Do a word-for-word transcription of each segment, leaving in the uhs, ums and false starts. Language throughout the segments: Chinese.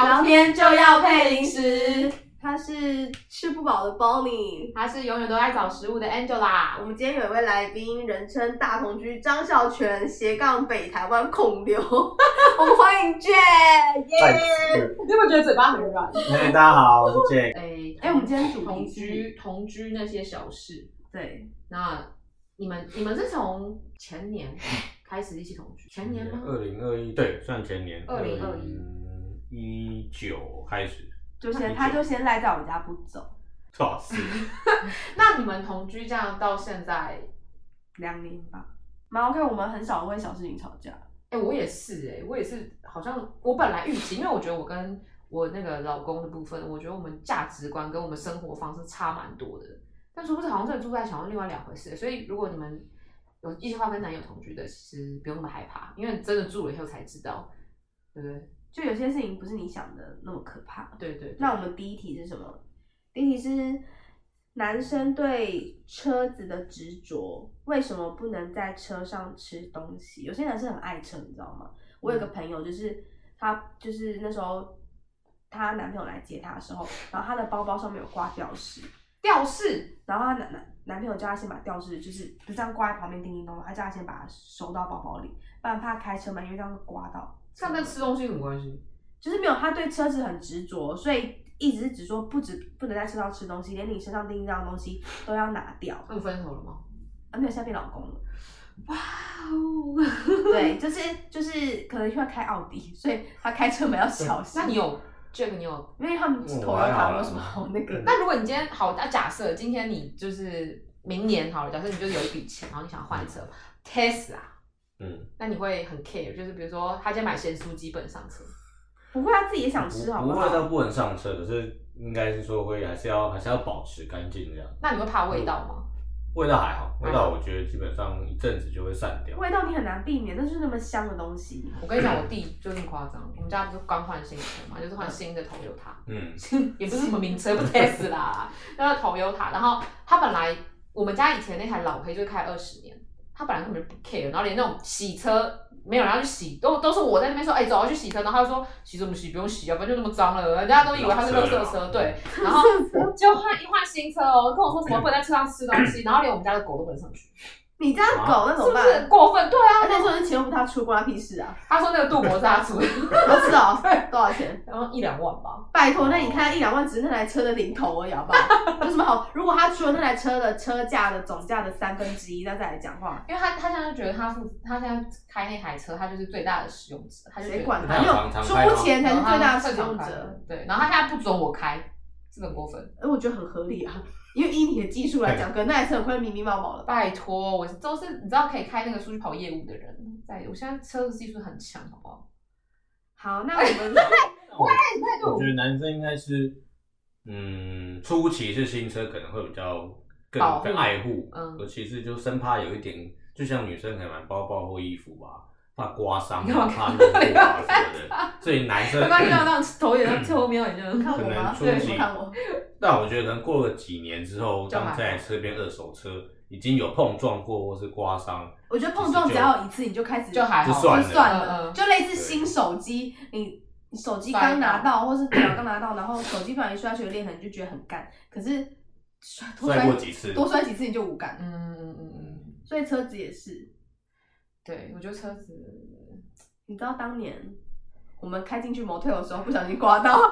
聊天就要配零食。他是吃不饱的 Bonnie， 他是永远都爱找食物的 Angela。 我们今天有一位来宾，人称大同居张孝全斜杠北台湾孔刘，我们欢迎 Jack， 耶！ 你有没有觉得嘴巴很软？ 哎，大家好，我是 Jack。 哎哎，我们今天主同题居同居那些小事。 对， 那你们你们是从前年开始一起同居？前年吗？ 二零二一，对，算前年。 二零二一一九开始。 就先他就先赖在我们家不走， 最好是。 那你们同居这样到现在两年吧，蛮 OK。我们很少为小事情吵架。 哎、欸，我也是哎、欸，我也是，好像我本来预期，因为我觉得我跟我那个老公的部分，我觉得我们价值观跟我们生活方式差蛮多的。但殊不知好像真的住在一起好像另外两回事。所以如果你们有计划跟男友同居的，其实不用那么害怕，因为真的住了以后才知道，对不对？ 就有些事情不是你想的那么可怕。 对 对, 对。 那我们第一题是什么？第一题是男生对车子的执着，为什么不能在车上吃东西？有些男生很爱车，你知道吗？我有个朋友，就是他就是那时候她男朋友来接她的时候，然后她的包包上面有挂吊饰， 吊饰， 然后她男男男朋友叫她先把吊饰就是就这样挂在旁边叮叮咚咚，他叫她先把它收到包包里，不然怕开车门，因为这样会刮到。 这样跟吃东西有什么关系？ 就是没有，他对车子很执着，所以一直是只说不止不能在车上吃东西，连你身上钉这样的东西都要拿掉。 他们分手了吗？ 啊，没有，现在变老公了。 哇哦！ 对，就是就是可能因为他开奥迪，所以他开车门要小心。 那你有 Jack 你有？ 因为他们是头油卡，没有什么好那个。 那如果你今天好，那假设今天你就是明年好了，假设你就有一笔钱，然后你想换车 Tesla。嗯，那你会很 care， 就是比如说他今天买咸酥鸡不能上车， 不会，他自己也想吃，好不好？ 不会到不能上车，可是应该是说会还是要还是要保持干净这样。 那你会怕味道吗？ 味道还好，味道我觉得基本上一阵子就会散掉。 味道你很难避免，那就是那么香的东西。 我跟你讲，我弟就那么夸张，我们家不是刚换新车嘛，就是换新的 Toyota， 嗯，也不是什么名车，不是 Tesla 啦，那个 Toyota， 然后他本来我们家以前那台老黑就是开二十年。他本来根本就不 care， 然后连那种洗车没有人要去洗，都都是我在那边说，哎、欸，走，要去洗车，然后他说洗什么洗，不用洗啊，反正就那么脏了，人家都以为他是垃圾车，对，然后就换一换新车哦，跟我说什么不能在车上吃东西，然后连我们家的狗都不能上去。 你家的狗那怎么办？ 是不是过分？对啊， 而且说是钱又不是他出，关他屁事啊！ 他说那个镀膜是他出的， 我知道，对，多少钱？ 然后一两万吧。 拜托，那你看一两万只是那台车的零头而已，好不好？有什么好？如果他出了那台车的车价的总价的三分之一，那再来讲话。 因为他他现在就觉得他付他现在开那台车，他就是最大的使用者，他就谁管他？没有出钱才是最大的使用者。 对，然后他现在不准我开，是很过分。 哎，我觉得很合理啊。因为以你的技术来讲，可能那台车很快密密麻麻了。 拜托，我都是你知道可以开那个出去跑业务的人，在我现在车子技术很强，好不好？ 好，那我们我我觉得男生应该是，嗯，初期是新车可能会比较更更爱护，嗯，尤其是就生怕有一点，就像女生可能买包包或衣服吧。怕刮伤，怕弄破啊什么的，所以男生刚刚看到那种头也在后面，你就看我吗？ 对， 看我。 但我觉得可能过了几年之后，当这台车变二手车，已经有碰撞过或是刮伤， 我觉得碰撞只要有一次，你就开始就还好， 就算了， 就算了，就类似新手机，你你手机刚拿到，或是电脑刚拿到，然后手机突然一摔下去的裂痕，你就觉得很干，可是摔过几次， 多摔几次你就无感。 嗯嗯嗯嗯， 所以车子也是。 对，我觉得车子， 你知道当年我们开进去 motel 的时候，不小心刮到，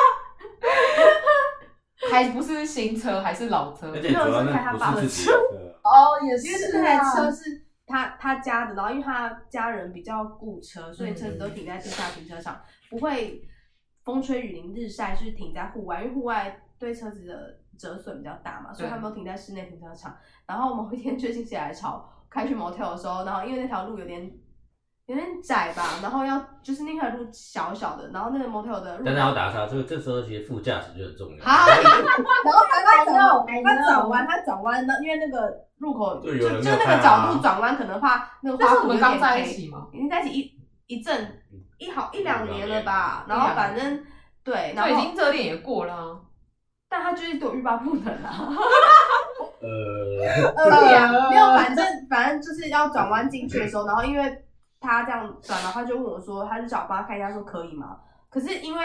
还不是新车，还是老车， 而且主要那不是自己的车。 哦，也是， 因为那台车是他他家的，然后因为他家人比较顾车，所以车子都停在地下停车场，不会风吹雨淋日晒，是停在户外，因为户外对车子的折损比较大嘛，所以他们都停在室内停车场。然后某一天最近起来吵。开去 motel 的时候，然后因为那条路有点有点窄吧，然后要就是那条路小小的，然后那个 motel 的路， 但是要打岔，这个这时候其实副驾驶就很重要。 好，然后他转他转弯，他转弯，那因为那个入口就就那个角度转弯，可能怕那个花圃有点黑。刚在一起吗？ 已经在一起一一阵一好一两年了吧，然后反正对，然后已经热恋也过了、啊， 但他就是对我欲罢不能啊。 呃， 呃，没有，反正反正就是要转弯进去的时候，然后因为他这样转，然后他就问我说，他就找我帮他看一下，说可以吗？可是因为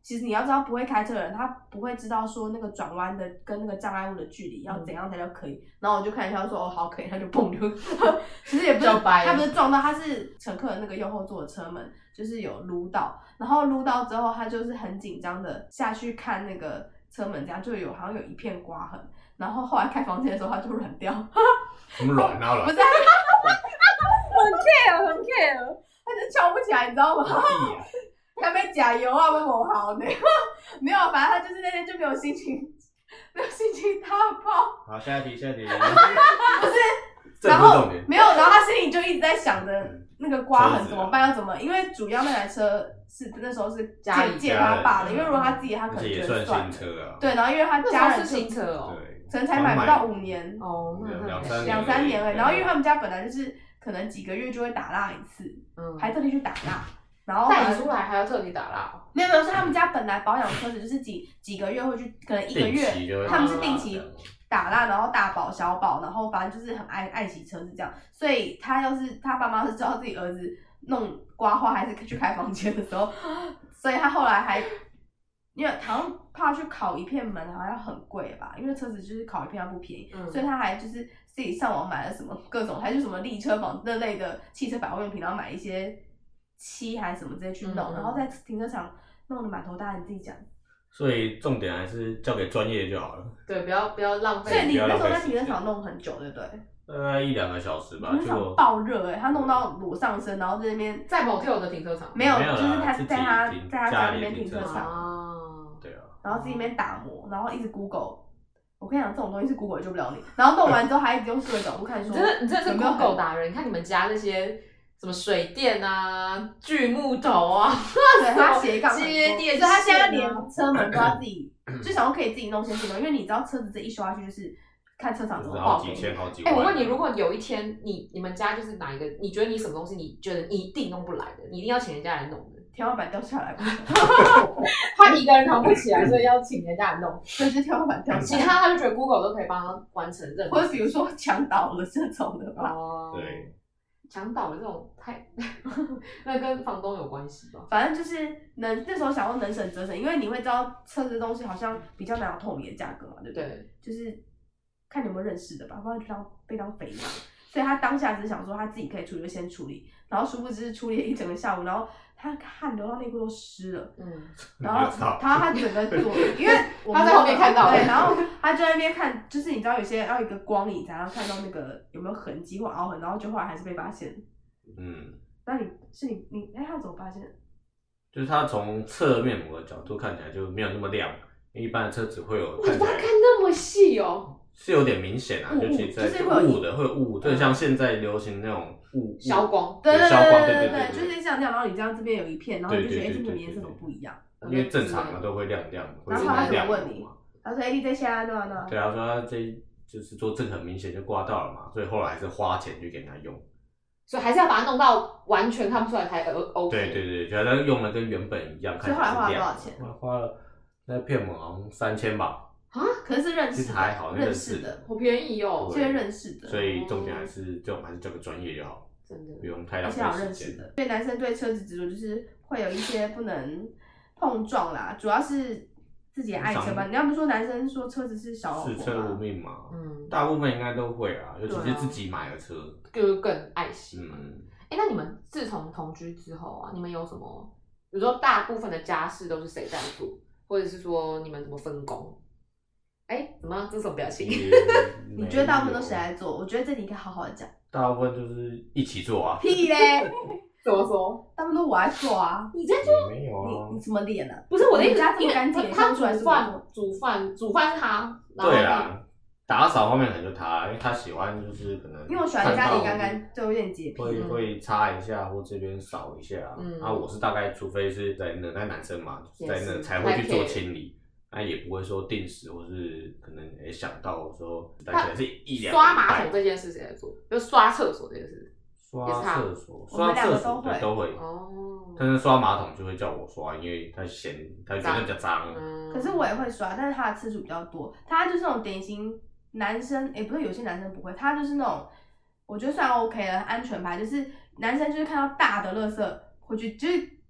其实你要知道，不会开车的人，他不会知道说那个转弯的跟那个障碍物的距离要怎样才叫可以。嗯、然后我就看一下说哦好可以，他就蹦就，其实也不是他不是撞到，他是乘客的那个右后座的车门就是有撸到，然后撸到之后他就是很紧张的下去看那个车门，这样就有好像有一片刮痕。然后后来开房间的时候他就软掉， 什么软啊软？ 不是， 很 care 很 care， 他就翘不起来，你知道吗？他被加油啊，被某好呢，没有，反正他就是那天就没有心情，没有心情大炮。 好，下一题，下一题。 不是，然后没有，然后他心里就一直在想着那个刮痕怎么办，要怎么？因为主要那台车是那时候是借借他爸的，因为如果他自己，他可能觉得算。对，然后因为他家人是新车哦， 可能才买不到五年哦， 两三年而已。然后因为他们家本来就是可能几个月就会打蜡一次，嗯，还特地去打蜡。然后带你出来还要特地打蜡？ 没有没有，是他们家本来保养车子就是几几个月会去，可能一个月，他们是定期打蜡，然后大保小保，然后反正就是很爱爱惜车子这样。所以他要是他爸妈是知道自己儿子弄刮花还是去开房间的时候，所以他后来还因为好像怕去烤一片门好像很贵吧，因为车子就是烤一片它不便宜，嗯、所以他还就是自己上网买了什么各种，还是什么立车房那类的汽车百货用品，然后买一些。漆还是什么直接去弄，嗯、然后在停车场弄得满头大汗，你自己讲。 所以重点还是交给专业就好了。 对，不要不要浪费。 所以你那时候在停车场弄很久，对不对？ 大概一两个小时吧。 停车场爆热哎、欸，他弄到裸上身，然后在那边在 motel 的停车场没有，就是他在他在他家里面停车场。 哦，对啊。 然后自己那边打磨，然后一直 Google。我跟你讲，这种东西是 Google 也救不了你。然后弄完之后还一直用思维角度看说， 你真的你真的是 Google 达人。你看你们家那些。什么水电啊，锯木头啊， 对，他斜杠接电， 所以他现在连车门都要自己，就想说可以自己弄先自己弄，因为你知道车子这一修下去就是看车厂怎么报给你。 哎，我问你，如果有一天你你们家就是哪一个，你觉得你什么东西你觉得你一定弄不来的，你一定要请人家来弄的， 天花板掉下来吧， 他一个人扛不起来，所以要请人家来弄， 所以是天花板掉下来。 其他他就觉得 Google 都可以帮他完成任何， 或者比如说墙倒了这种的吧。 哦， 对。 墙倒的这种太，那跟房东有关系吧？ 反正就是能那时候想要能省则省，因为你会知道车子的东西好像比较难有透明的价格嘛，对不对？对，就是看你有没有认识的吧，不然就当被当肥羊。所以他当下只是想说他自己可以处理就先处理，然后殊不知处理了一整个下午，然后他汗流到内裤都湿了，嗯，然后他他整个左，因为他在后面看到， 对，然后他就在那边看，就是你知道有些要一个光影才能看到那个有没有痕迹或凹痕，然后就后来还是被发现，嗯，那你是你你哎他怎么发现？ 就是他从侧面膜的角度看起来就没有那么亮，因为一般的车子会有看起来看那么细哦。 是有点明显啊，尤其在雾的会有雾，对，像现在流行那种雾消光， 对对消光， 对对对对，就是像这样，然后你这样这边有一片，然后你就觉得哎，这个颜色怎么不一样？ 因为正常的都会亮亮的。 然后他怎么问你？他说：“哎，你在下那那？” 对啊，说他这就是说这个很明显就刮到了嘛，所以后来还是花钱去给人家用， 所以还是要把它弄到完全看不出来才 OK。 对对对，觉得他用的跟原本一样， 所以后来花了多少钱？ 花了那片膜好像三千吧。 啊，可是认识的， 其实还好， 认识的， 好便宜哦， 这些认识的， 所以重点还是这种还是交给专业就好， 真的不用太浪费时间。 所以男生对车子执着就是会有一些不能碰撞啦，主要是自己爱车吧。你要不说男生说车子是小老婆嘛， 视车如命嘛，嗯，大部分应该都会啊，尤其是自己买的车， 就更爱惜嘛。哎，那你们自从同居之后啊，你们有什么，比如说大部分的家事都是谁在做，或者是说你们怎么分工？哎，怎么？这是什么表情？ 你觉得大部分都谁来做？我觉得这题可以好好的讲。 大部分就是一起做啊。 屁嘞！ 怎么说？ 大部分都我来做啊。 你在做？ 没有啊。 你你怎么脸呢？ 不是我的意思， 家这么干净， 他煮饭，煮饭，煮饭是他。 对啊。打扫方面可能就他，因为他喜欢就是可能。 因为我喜欢家里干干，就有点洁癖。 会会擦一下，或这边扫一下。嗯。啊，我是大概，除非是在那那男生嘛，在那才会去做清理。那也不会说定时，或是可能也想到说，大概是一两。 刷马桶这件事谁在做？就刷厕所这件事。 刷厕所，刷厕所对都会。哦。但是刷马桶就会叫我刷，因为他嫌他觉得比较脏。 嗯。可是我也会刷，但是他的次数比较多。他就是那种典型男生，也不是有些男生不会，他就是那种我觉得算 OK 的安全牌，就是男生就是看到大的垃圾会去，就是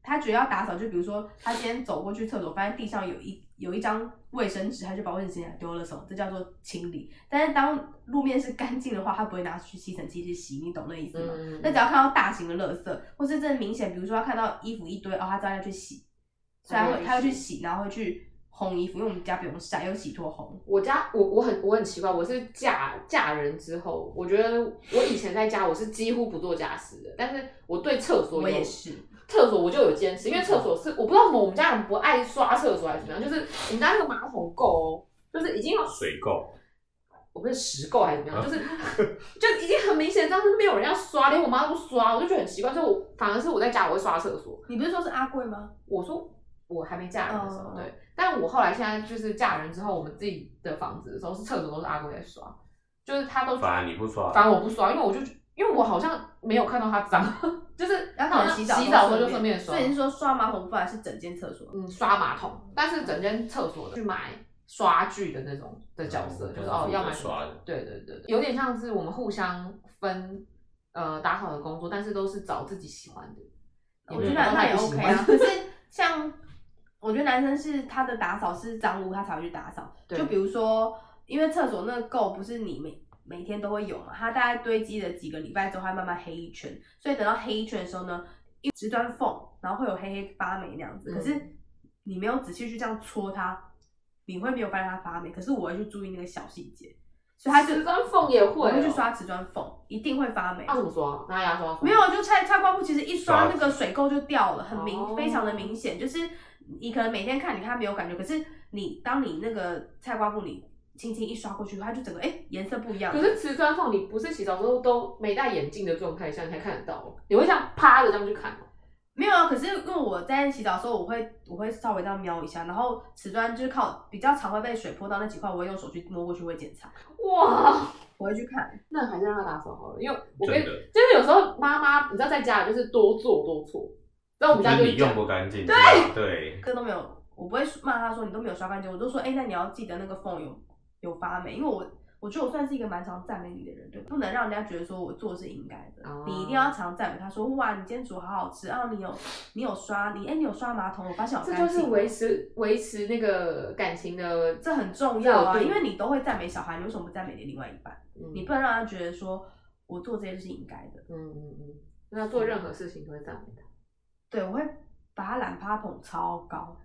他觉得要打扫，就比如说他今天走过去厕所，发现地上有一有一张卫生纸，他就把卫生纸丢了手，这叫做清理。但是当路面是干净的话，他不会拿去吸尘器去洗，你懂那意思吗？嗯、那只要看到大型的垃圾，或是真的明显，比如说他看到衣服一堆，哦，他知道要去洗，所以他会他会去洗，然后会去烘衣服，因为我们家不用晒，有洗脱烘。 我家我我很我很奇怪，我是嫁嫁人之后，我觉得我以前在家我是几乎不做家事的，但是我对厕所有我也是。 厕所我就有坚持，因为厕所是我不知道为什么我们家人不爱刷厕所还是怎么样，就是我们家那个马桶垢哦，就是已经有水垢， 我不是屎垢还是怎么样，就是就已经很明显，但是没有人要刷，连我妈都不刷，我就觉得很奇怪。所以我反而是我在家我会刷厕所。 你不是说是阿贵吗？ 我说我还没嫁人的时候， 哦、 对，但我后来现在就是嫁人之后，我们自己的房子的时候，是厕所都是阿贵在刷，就是他都反而你不刷， 反而我不刷，因为我就因为我好像没有看到他脏。就是然后可能洗澡洗澡的时候就顺便刷， 所以你是说刷马桶不然是整间厕所？ 嗯，刷马桶，但是整间厕所的去买刷具的那种的角色，嗯、就是哦要买刷的， 对对对，有点像是我们互相分呃打扫的工作，但是都是找自己喜欢的。 我觉得那也 OK 啊，可是像我觉得男生是他的打扫是脏污，他才会去打扫。就比如说，因为厕所那个垢不是你每每天都会有嘛，它大概堆积了几个礼拜之后，它慢慢黑一圈，所以等到黑一圈的时候呢，一瓷砖缝，然后会有黑黑发霉那样子。嗯、可是你没有仔细去这样搓它，你会没有发现它发霉。可是我会去注意那个小细节，所以它瓷砖缝也会、哦， 我会去刷瓷砖缝，一定会发霉。 那、啊、怎么刷？拿牙刷刷？ 没有，就菜菜瓜布，其实一刷那个水垢就掉了，很明，哦、非常的明显。就是你可能每天看你看没有感觉，可是你当你那个菜瓜布你。轻轻一刷过去，它就整个哎颜色不一样。 可是瓷砖缝你不是洗澡之后都没戴眼镜的状态下你才看得到，你会这样趴着这样去看吗？ 没有啊，可是因为我在洗澡的时候，我会我会稍微这样瞄一下，然后瓷砖就是靠比较常会被水泼到那几块，我会用手去摸过去，会检查。 哇， 我会去看。 那还是让他打扫好了，因为我跟就是有时候妈妈你知道在家里就是多做多错，然后我们家就你用不干净， 对对， 这都没有，我不会骂他说你都没有刷干净，我就说哎、欸，那你要记得那个缝有。有发霉，因为我我觉得我算是一个蛮常赞美你的人，对，不能让人家觉得说我做的是应该的，哦、你一定要常赞美他说哇，你今天煮好好吃啊，你有你有刷你哎、欸、你有刷马桶，我发现好干净， 这就是维持维持那个感情的， 这很重要啊，因为你都会赞美小孩，你为什么不赞美你另外一半？嗯、你不能让他觉得说我做这些是应该的， 嗯嗯嗯，那做任何事情都会赞美他， 对，我会把他懒趴捧超高。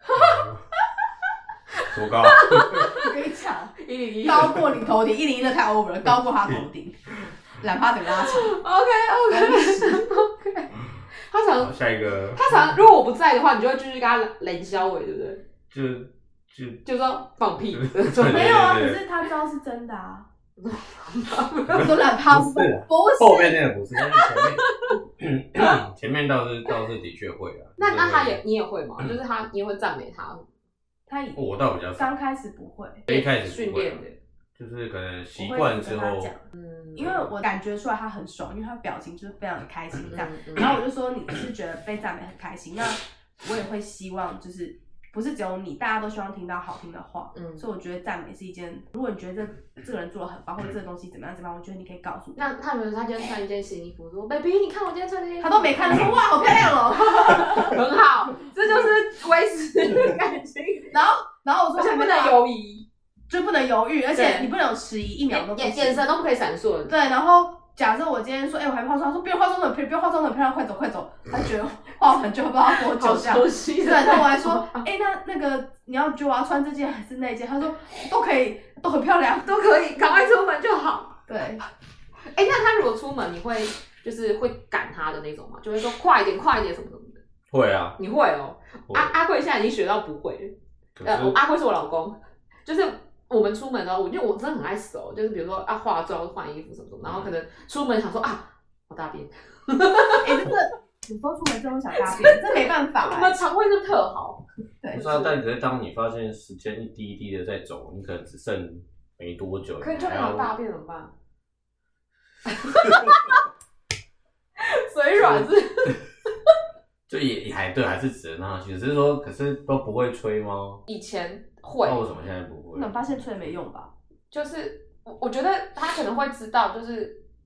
多高？ 我跟你讲， 一零一高过你头顶，一零一那太 over 了，高过他头顶，懒趴整拉长。 OK OK OK。他常下一个， 他常如果我不在的话，你就会继续跟他冷消委，对不对？ 就就就说放屁。 没有啊，可是他知道是真的啊。我说懒趴不是， 后面那个不是，但是前面前面倒是倒是的确会啊。 那那他也你也会吗？就是他你也会赞美他。 他以我倒比较刚开始不会， 一开始训练的， 就是可能习惯之后， 嗯，因为我感觉出来他很爽，因为他表情就是非常的开心这样。然后我就说你是觉得被赞美很开心，那我也会希望就是不是只有你，大家都希望听到好听的话。嗯，所以我觉得赞美是一件，如果你觉得这这个人做的很棒，或者这个东西怎么样怎么样，我觉得你可以告诉他。那他们他今天穿一件新衣服，说 baby 你看我今天穿这件衣服， 他都没看，他说哇好漂亮哦， 很好，这就是维持感情。 然后然后我说不能犹豫， 就不能犹豫，而且你不能有迟疑，一秒都不行， 眼神都不可以闪烁。 对，然后假设我今天说，哎、欸，我还没化妆，他说不用化妆的，不用化妆的，漂亮，快走快走。他觉得化很久，不知道多久这样。对，然后我还说，哎、欸，那那个你要觉得我要穿这件还是那件？他说都可以，都很漂亮， 都可以，赶快出门就好。 对，哎、 欸，那他如果出门，你会就是会赶他的那种吗？就会说快一点，快一点什么什么的。 会啊， 你会哦。阿阿贵现在已经学到不会了。呃，我阿贵是我老公，就是我们出门哦，因为我真的很爱手，就是比如说要化妆、换衣服什么什么，然后可能出门想说啊，我大便， 哎、欸，这个有时候出门真的想大便，这没办法、欸。 我们肠胃就特好， 对。 不是啊，但可是当你发现时间一滴一滴的在走，你可能只剩没多久， 可你就想大便怎么办？水软是。 就也也还对，还是只能让他去，只是说，可是都不会吹吗？ 以前会， 那为什么现在不会？ 那发现吹没用吧？ 就是我我觉得他可能会知道，就是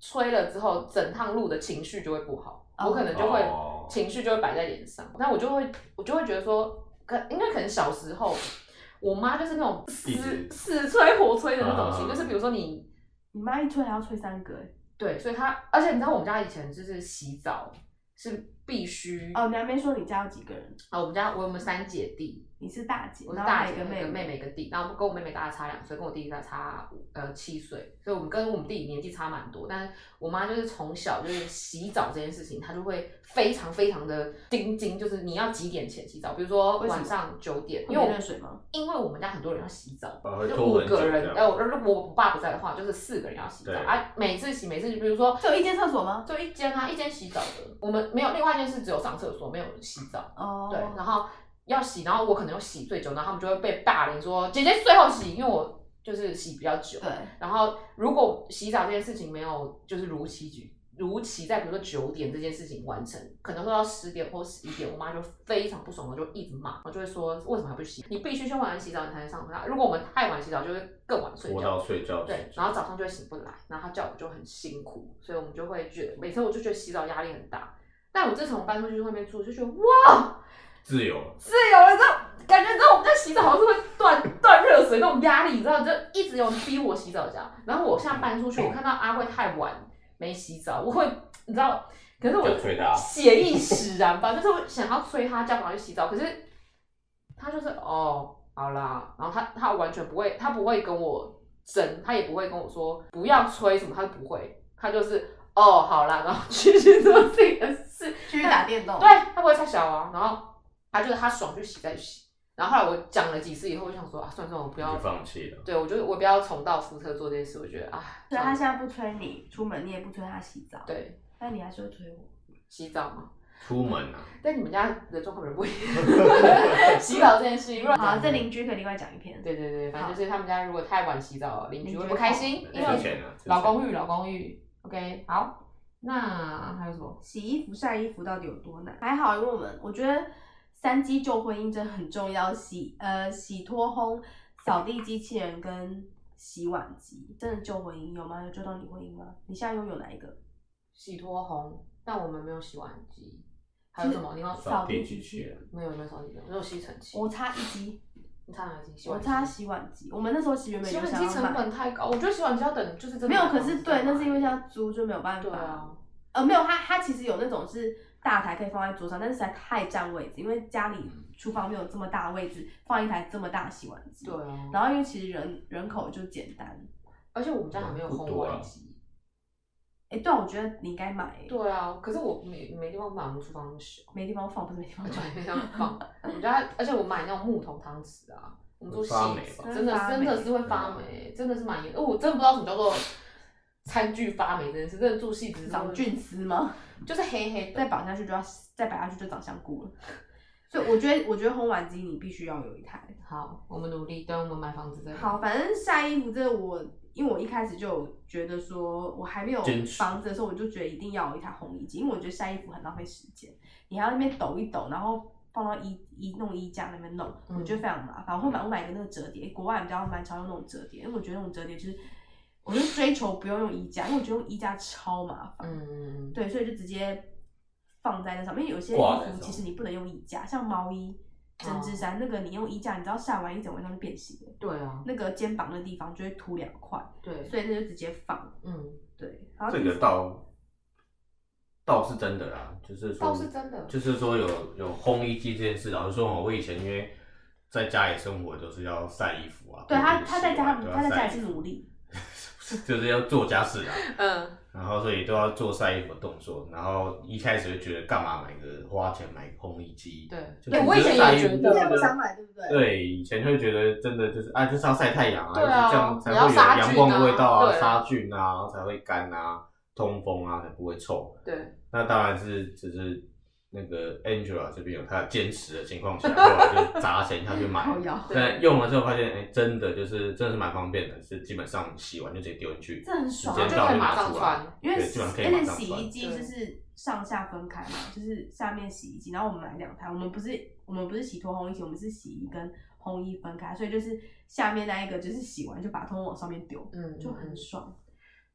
吹了之后，整趟路的情绪就会不好，我可能就会情绪就会摆在脸上，那我就会我就会觉得说，可应该可能小时候，我妈就是那种死死吹活吹的那种型，就是比如说你你妈一吹还要吹三个， 对，所以她而且你知道我们家以前就是洗澡是必须哦，你还没说你家有几个人？ 啊、哦，我们家我有我们三姐弟。 你是大姐， 我是大姐， 跟妹妹妹跟弟，然后跟我妹妹大概差两岁，跟我弟弟大概差呃七岁，所以我们跟我们弟弟年纪差蛮多。但是我妈就是从小就是洗澡这件事情，她就会非常非常的盯紧，就是你要几点前洗澡，比如说晚上九点， 因为热水吗？ 因为我们家很多人要洗澡， 就五个人，呃，如果我爸不在的话，就是四个人要洗澡啊。每次洗，每次比如说只有一间厕所吗？ 就一间啊，一间洗澡的，我们没有，另外一间是只有上厕所，没有洗澡。哦，对，然后。要洗，然后我可能又洗最久，然后他们就会被霸凌说姐姐最后洗，因为我就是洗比较久。 对。 然后如果洗澡这件事情没有就是如期举如期在比如说九点这件事情完成，可能会到十点或十一点，我妈就非常不爽，我就一直骂，我就会说为什么还不洗？你必须先晚洗澡你才能上课。如果我们太晚洗澡，就会更晚睡觉。 拖到睡觉。 对，然后早上就会醒不来，然后他叫我就很辛苦，所以我们就会觉得每次我就觉得洗澡压力很大。但我自从搬出去外面住，就觉得哇。 自由了， 自由了，之后感觉之后我们在洗澡好像是会断断热水那种压力，你知道，就一直有人逼我洗澡这样。然后我现在搬出去，我看到阿慧太晚没洗澡，我会你知道，可是我血意使然吧，就是我想要催他叫赶快去洗澡，可是他就是哦好啦，然后他他完全不会，他不会跟我争，他也不会跟我说不要催什么，他都不会，他就是哦好啦，然后继续做自己的事， 继续打电动， 对他不会太小啊，然后。他就是他爽就洗再洗，然后后来我讲了几次以后，我就想说啊，算算我不要就放弃了。 对，我就我不要重蹈覆辙做这件事，我觉得啊。 对，他现在不催你出门，你也不催他洗澡。 对， 但你还是会催我洗澡吗？ 出门啊。 但你们家的状况可能不一样。洗澡这件事情， 好，这邻居可以另外讲一篇。 对对对，反正就是他们家如果太晚洗澡，邻居会不开心，因为老公寓老公寓。OK， 好，那还有什么？ 洗衣服晒衣服到底有多难？还好，因为我们我觉得。三机救婚姻真的很重要，洗呃洗脱烘、扫地机器人跟洗碗机真的救婚姻有吗？有救到你婚姻吗？你现在拥有哪一个？ 洗脱烘，但我们没有洗碗机。还有什么？你要扫地机器人？ 没有没有扫地机器人，没有吸尘器。 我擦一机。 你擦哪机？ 我擦洗碗机。我们那时候洗原本洗碗机成本太高，我觉得洗碗机要等就是真的没有，可是对，那是因为现在租就没有办法。 对啊。 呃，没有，它它其实有那种是大台可以放在桌上，但是实在太占位置，因为家里厨房没有这么大的位置放一台这么大的洗碗机。 对啊。 然后因为其实人人口就简单， 而且我们家还没有烘碗机。 哎、欸，对啊，我觉得你应该买、欸。 对啊，可是我没没地方买，我们厨房那么小。 没地方放，不是没地方放， 没地方放。我们家，而且我买那种木桶汤匙啊，我们做细子， 真的真的是会发霉，真的是蛮严重。我真的不知道什么叫做。餐具发霉这件事，真的做细致长菌丝吗？ 就是黑黑的， 再绑下去就要再摆下去就长香菇了。所以我觉得，我觉得烘碗机你必须要有一台。 好，我们努力，等我们买房子再。 好，反正晒衣服这个我，因为我一开始就觉得说，我还没有房子的时候，我就觉得一定要有一台烘衣机，因为我觉得晒衣服很浪费时间，你还要那边抖一抖，然后放到衣衣弄衣架那边弄，嗯、我觉得非常麻烦。我会买我买一个那个折叠，国外比较蛮常用那种折叠，因为我觉得那种折叠就是。我就追求不用用衣架，因为我觉得用衣架超麻烦。嗯，对，所以就直接放在那上面。因为有些衣服其实你不能用衣架，像毛衣、针织衫、哦、那个你用衣架，你知道晒完一整晚上就变形了。 对啊。 那个肩膀的地方就会凸两块。对。所以那就直接放。嗯，对。然后这个倒倒是真的啦，就是说， 倒是真的， 就是说有有烘衣机这件事。老实说，我以前因为在家里生活都是要晒衣服啊。 对他，他在家他在家里是奴隶。 就是要做家事啊，嗯，然后所以都要做晒衣服的动作，然后一开始就觉得干嘛买个花钱买个烘衣机， 对， 对，我以前也觉得不想买，对不对？ 对，以前会觉得真的就是啊，就是要晒太阳啊， 对啊， 这样才会有阳光的味道啊，杀菌啊，然后才会干啊，通风啊，才不会臭。 对， 那当然是只是。那个 Angela 这边有她坚持的情况下，后来就砸钱下去买，但用了之后发现，哎、欸，真的就是真的是蛮方便的，是基本上洗完就直接丢进去， 这很爽， 时间到就拿出来， 因为基本上可以马上穿。 洗衣机就是上下分开嘛，就是下面洗衣机，然后我们买两台，我们不是我们不是洗脱烘衣机，我们是洗衣跟烘衣分开，所以就是下面那一个就是洗完就把它通往上面丢，嗯，就很爽。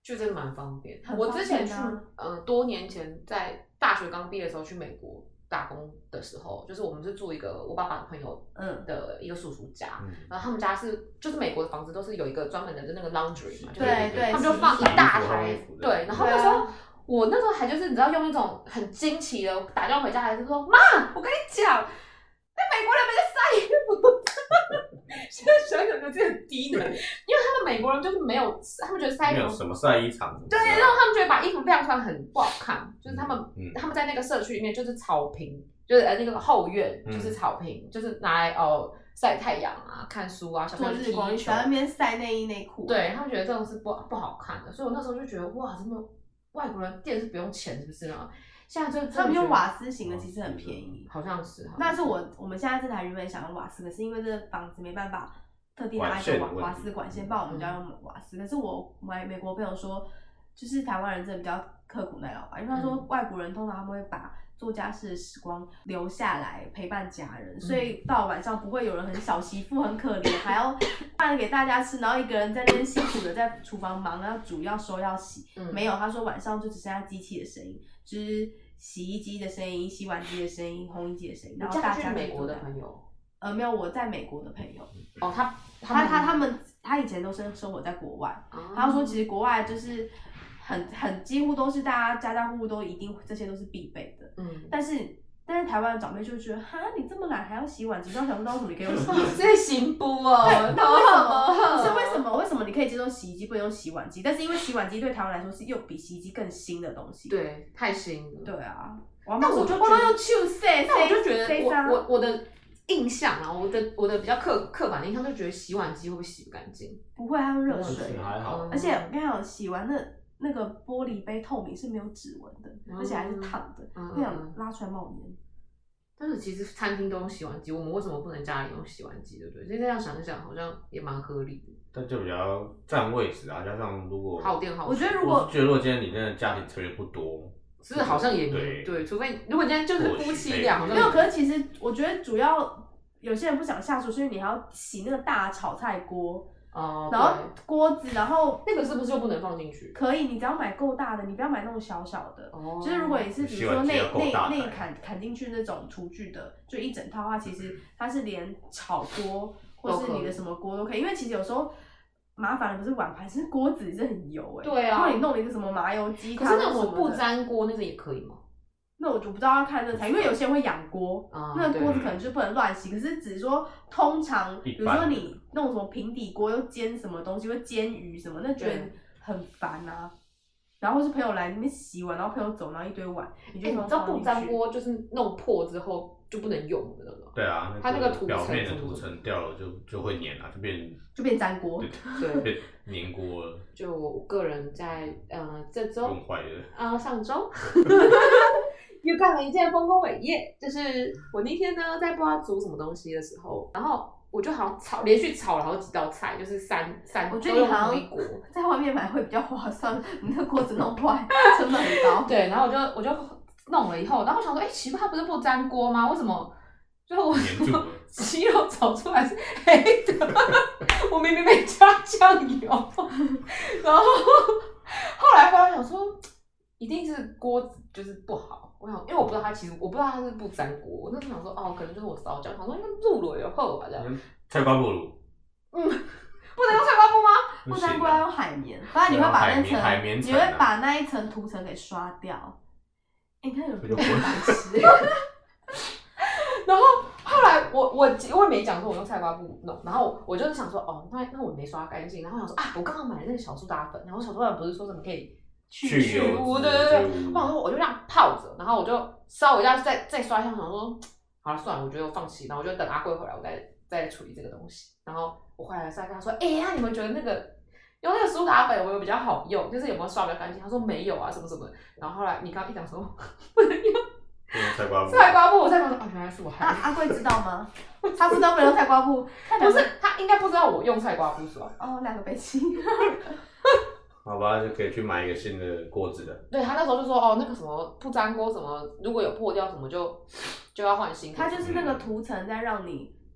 就真的蛮方便。我之前去，嗯、呃，多年前在大学刚毕业的时候去美国打工的时候，就是我们是住一个我爸爸的朋友的一个叔叔家，嗯、然后他们家是就是美国的房子都是有一个专门的那个 laundry 嘛，就是对对， 他们就放一大台，对，然后那时候。我那时候还就是你知道用一种很惊奇的打电话回家，还是说妈，我跟你讲，那美国人没在晒衣服。现在想想就很低能，因为他们美国人就是没有，他们觉得晒衣服没有什么晒衣场， 对，然后他们觉得把衣服晾出来很不好看，就是他们、嗯、他们在那个社区里面就是草坪，就是呃那个后院就是草坪，嗯、就是拿来哦晒太阳啊、看书啊、小朋友踢球， 在那边晒内衣内裤， 对他们觉得这种是不不好看的，所以我那时候就觉得哇，真的。外国人电是不用钱，是不是呢？现在就他们用瓦斯型的，其实很便宜， 好像是。 那是我我们现在这台原本想用瓦斯，可是因为这个房子没办法特地拿一个瓦瓦斯管线，不然我们就要用瓦斯。可是我买美国朋友说，就是台湾人真的比较刻苦耐劳吧，因为他说外国人通常他们会把做家事的时光留下来陪伴家人，所以到晚上不会有人很小媳妇很可怜，还要饭给大家吃，然后一个人在那边辛苦的在厨房忙，要煮要收要洗。嗯、没有，他说晚上就只剩下机器的声音，就是洗衣机的声音、洗碗机的声音、烘衣机的声音。然后大家美国的朋友， 呃，没有，我在美国的朋友。 哦，他他他他们他以前都是生活在国外，哦、他说其实国外就是。很很几乎都是大家家家户户都一定这些都是必备的，嗯，但是但是台湾的长辈就觉得哈你这么懒还要洗碗，直到想不到为什么你可以用洗衣机， 这行不哦？ 对，那为什么？是为什么？为什么你可以接受洗衣机不能用洗碗机？但是因为洗碗机对台湾来说是又比洗衣机更新的东西， 对，太新了。 对啊， 那我就觉得用手洗， 那我就觉得我我我的印象啊，我的我的比较刻刻板的印象就觉得洗碗机会不会洗不干净？ 不会，它用热水， 还好。 而且我跟你讲，洗完那。那个玻璃杯透明是没有指纹的，嗯、而且还是烫的，我想、嗯、拉出来冒烟。 但是其实餐厅都用洗碗机，我们为什么不能家里用洗碗机，对不对？所以这样想一想，好像也蛮合理的。 但就比较占位置啊，加上如果耗电耗水， 我觉得如果我觉得如果今天你真的家庭成员不多， 是好像也对对，除非如果今天就是夫妻俩，好像没有。可是其实我觉得主要有些人不想下厨，是因为你还要洗那个大炒菜锅。 哦， 然后锅子，然后那个是不是就不能放进去？ 可以，你只要买够大的，你不要买那种小小的。哦，就是如果你是比如说内内内砍砍进去那种厨具的，就一整套的话，其实它是连炒锅或是你的什么锅都可以，因为其实有时候麻烦的不是碗盘，是锅子是很油哎、欸。 对啊。 如果你弄了一个什么麻油鸡， 可是那种不粘锅那个也可以吗？ 那我就不知道要看那个菜，因为有些人会养锅，嗯、那个锅子可能就不能乱洗。可是只是说，通常比如说你弄什么平底锅，又煎什么东西，又煎鱼什么，那觉得很烦啊。然后是朋友来那边洗碗，然后朋友走，然后一堆碗，你就、欸、 你知道不粘锅就是弄破之后就不能用的那种。 对啊， 它那个涂表面的涂层掉了就就会粘了，就变就变粘锅， 对， 变粘锅了。 就我个人在呃这周用坏了啊、呃、上周。又干了一件丰功伟业，就是我那天呢在不知道煮什么东西的时候，然后我就好像炒连续炒了好几道菜，就是三三我觉得你好像在外面买会比较划算，你那锅子弄坏成本很高。 对，然后我就我就弄了以后，然后我想说，哎、欸，奇怪，它不是不粘锅吗？为什么？就是我鸡肉炒出来是黑的，我明明没加酱油，然后后来后来想说，一定是锅子就是不好。我想，因为我不知道它其实我不知道它是不粘锅，我那时候想说，哦，可能就是我烧焦，想说应该入了以后吧，这样。 菜瓜布卤。 嗯，不能用菜瓜布吗？ 不粘锅要用海绵，不然你会把那层， 海绵你会把那一层涂层给刷掉。欸、你看有多白痴。 然后后来我我我也没讲说我用菜瓜布弄，然后我就是想说，哦，那那我没刷干净，然后想说啊，我刚刚买的那个小苏打粉，然后小苏打粉不是说什么可以。去去污，对对对，我想说我就这样泡着，然后我就稍微要再再刷一下，想说好了算了，我觉得我放弃，然后我就等阿贵回来，我再再处理这个东西。然后我回来的时候跟他说，哎、欸、呀，你们觉得那个用那个苏打粉有没有比较好用？就是有没有刷比较干净？他说没有啊，什么什么的。然后后来你刚刚一讲说不能用菜瓜布， 菜瓜布，我才发现哦，原来是我害。 阿阿贵知道吗？他不知道不能用菜瓜布， 不是他应该不知道我用菜瓜布是吧？ 哦，两个北京。 好吧，就可以去买一个新的锅子了。 对，他那时候就说，哦，那个什么不粘锅什么，如果有破掉什么就就要换新的。 它就是那个涂层在让你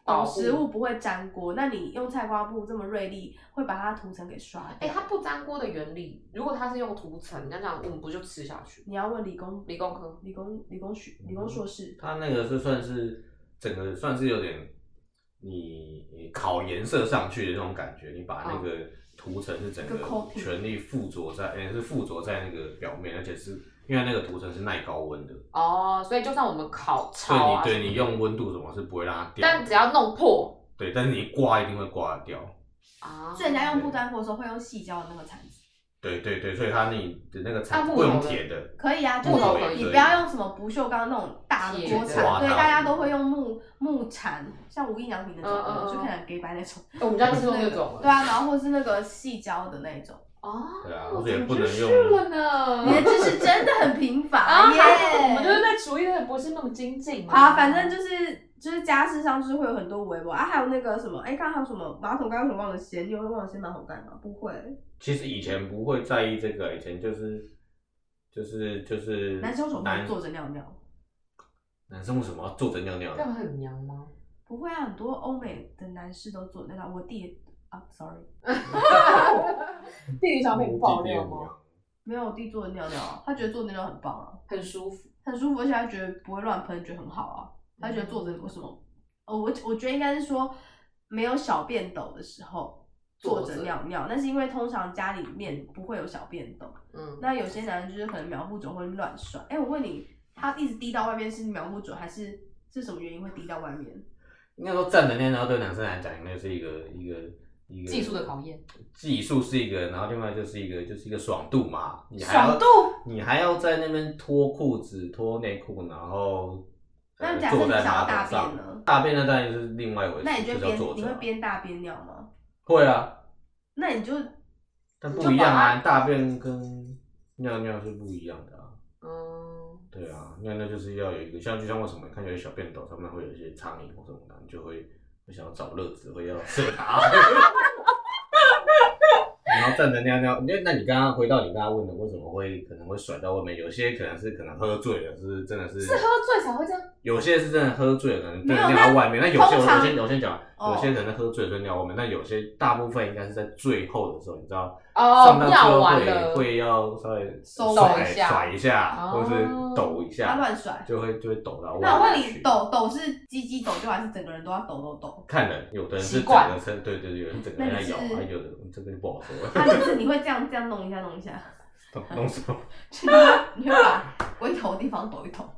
懂食物不会粘锅，那你用菜瓜布这么锐利，会把它涂层给刷掉。 哎、欸，它不粘锅的原理，如果它是用涂层，那这样我们不就吃下去？ 你要问理工理工科、 理工理工学、理工硕士。 它那个是算是整个算是有点你你烤颜色上去的那种感觉，你把那个涂层是整个全力附着在，哎、欸，是附着在那个表面，而且是。因为那个涂层是耐高温的哦，所以就算我们烤炒啊， 对你对你用温度什么是不会让它掉， 但只要弄破， 对，但是你刮一定会刮得掉啊。所以人家用不粘锅的时候会用细胶的那个铲子。 对对对，所以它你的那个铲子不用铁的， 可以啊，就是你不要用什么不锈钢那种大的锅铲，对，大家都会用木木铲，像无印良品那种，嗯嗯就看起来给白那种。 我们家是用那种， 对啊，然后或是那个细胶的那种。 哦， 对啊，或者也不能用。 了呢， 你的知识真的很贫乏耶！ 我们就是对厨艺的不是那么精进。 好，反正就是就是家事上就是会有很多微博啊，还有那个什么，哎，刚刚还有什么马桶盖为什么忘了掀？你有会忘了掀马桶盖吗？不会。 其实以前不会在意这个，以前就是就是就是男生为什么会坐着尿尿？ 男生为什么要坐着尿尿？ 这样很娘吗？ 不会啊，很多欧美的男士都坐着尿。我弟。啊 ，sorry， 弟弟小品爆料吗？ 没有，我弟做的尿尿啊，他觉得做的尿尿很棒啊， 很舒服， 很舒服，而且他觉得不会乱喷，觉得很好啊。他觉得坐着为什么？哦，我我觉得应该是说没有小便斗的时候坐着尿尿，那是因为通常家里面不会有小便斗。嗯，那有些男人就是可能秒不准会乱甩。哎、欸，我问你，他一直滴到外面是秒不准，还是是什么原因会滴到外面？ 应该说站着尿尿对男生来讲，应该是一个一个。一个技术的考验， 技术是一个，然后另外就是一个就是一个爽度嘛，你还要爽度， 你还要在那边脱裤子、脱内裤，然后那假设你想要大便呢？ 大便那当然就是另外一回事。 那你就边就你会边大边尿吗？ 会啊。 那你就但不一样啊，大便跟尿尿是不一样的啊。 嗯， 对啊，尿尿就是要有一个，像就像为什么你看有些小便斗上面会有一些苍蝇或什么的，你就会。我想要找乐子，会要射它。然后站着尿尿，那那你刚刚回到你刚刚问的，为什么会可能会甩到外面？有些可能是可能喝醉了，是真的是。 是喝醉才会这样。 有些是真的喝醉了，可能真的尿到外面。那有些我先我先讲，有些可能喝醉了就尿外面，但有些大部分应该是在最后的时候，你知道， 哦， 上到最后会会要稍微抖一下， 甩一下，或者是抖一下， 乱甩就会就会抖到外面。 那我问你，抖抖是鸡鸡抖就还是整个人都要抖抖抖？ 看人，有的人是整个身，对对对，有人整个人在摇，还有的这个就不好说。 那就是你会这样这样弄一下弄一下， 弄什么？ 你会把龟头的地方抖一抖。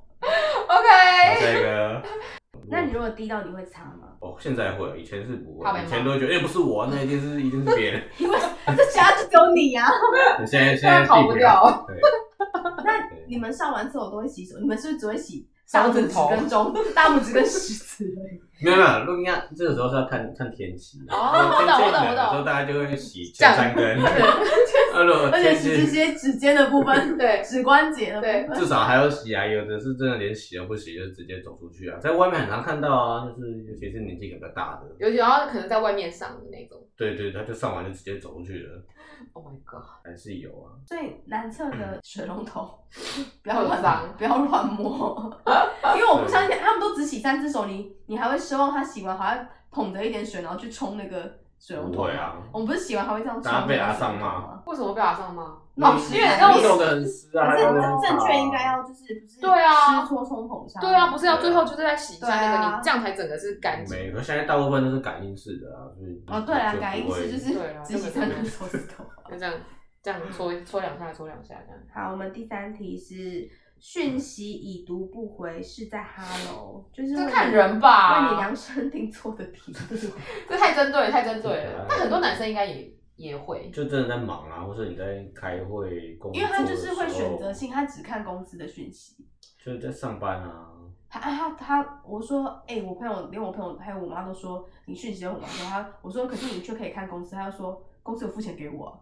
OK。 这个。 那你如果滴到，你会擦吗？ 哦，现在会，以前是不会，以前都会觉得，哎、欸，不是我，那一定是一定是别人。 因为这家就只有你呀、啊。 你现在现在逃不掉。 那你们上完厕所都会洗手？你们是不是只会洗大拇指跟中、大拇指跟食指？ 没有没有，录音啊，这个时候是要看看天气。 哦，我懂我懂我懂。 有时候大家就会洗前三根。 而且洗这些指尖的部分， 对， 指关节的部分， 至少还要洗啊。有的是真的连洗都不洗，就直接走出去啊。在外面很常看到啊，就是尤其是年纪比较大的， 尤其然后可能在外面上的那种。 对对，他就上完就直接走出去了。 Oh my god， 还是有啊。 所以男厕的水龙头不要乱，不要乱摸，因为我不相信他们都只洗三只手，你你还会奢望他洗完还要捧着一点水，然后去冲那个。水龙头啊，我们不是洗完还会这样冲？ 大家被阿上骂， 为什么被阿上骂？ 老师， 因为那种的很湿啊。 可是正确应该要就是不是对啊， 湿搓冲捧上。 对啊，不是要最后就是在洗一下那个，你这样才整个是干净。 没，可现在大部分都是感应式的啊，所以哦对啊，感应式就是只洗三根手指头， 就这样这样搓搓两下，搓两下这样。 好，我们第三题是。讯息已读不回是在哈喽，就是这看人吧， 为你量身定做的题目， 这太针对了，太针对了。但很多男生应该也也会， 就真的在忙啊，或者你在开会工作， 因为他就是会选择性，他只看公司的讯息， 就是在上班啊。 他他他，我说，哎、欸，我朋友连我朋友还有我妈都说你讯息都很忙，他我说可是你却可以看公司，他就说公司有付钱给我、啊。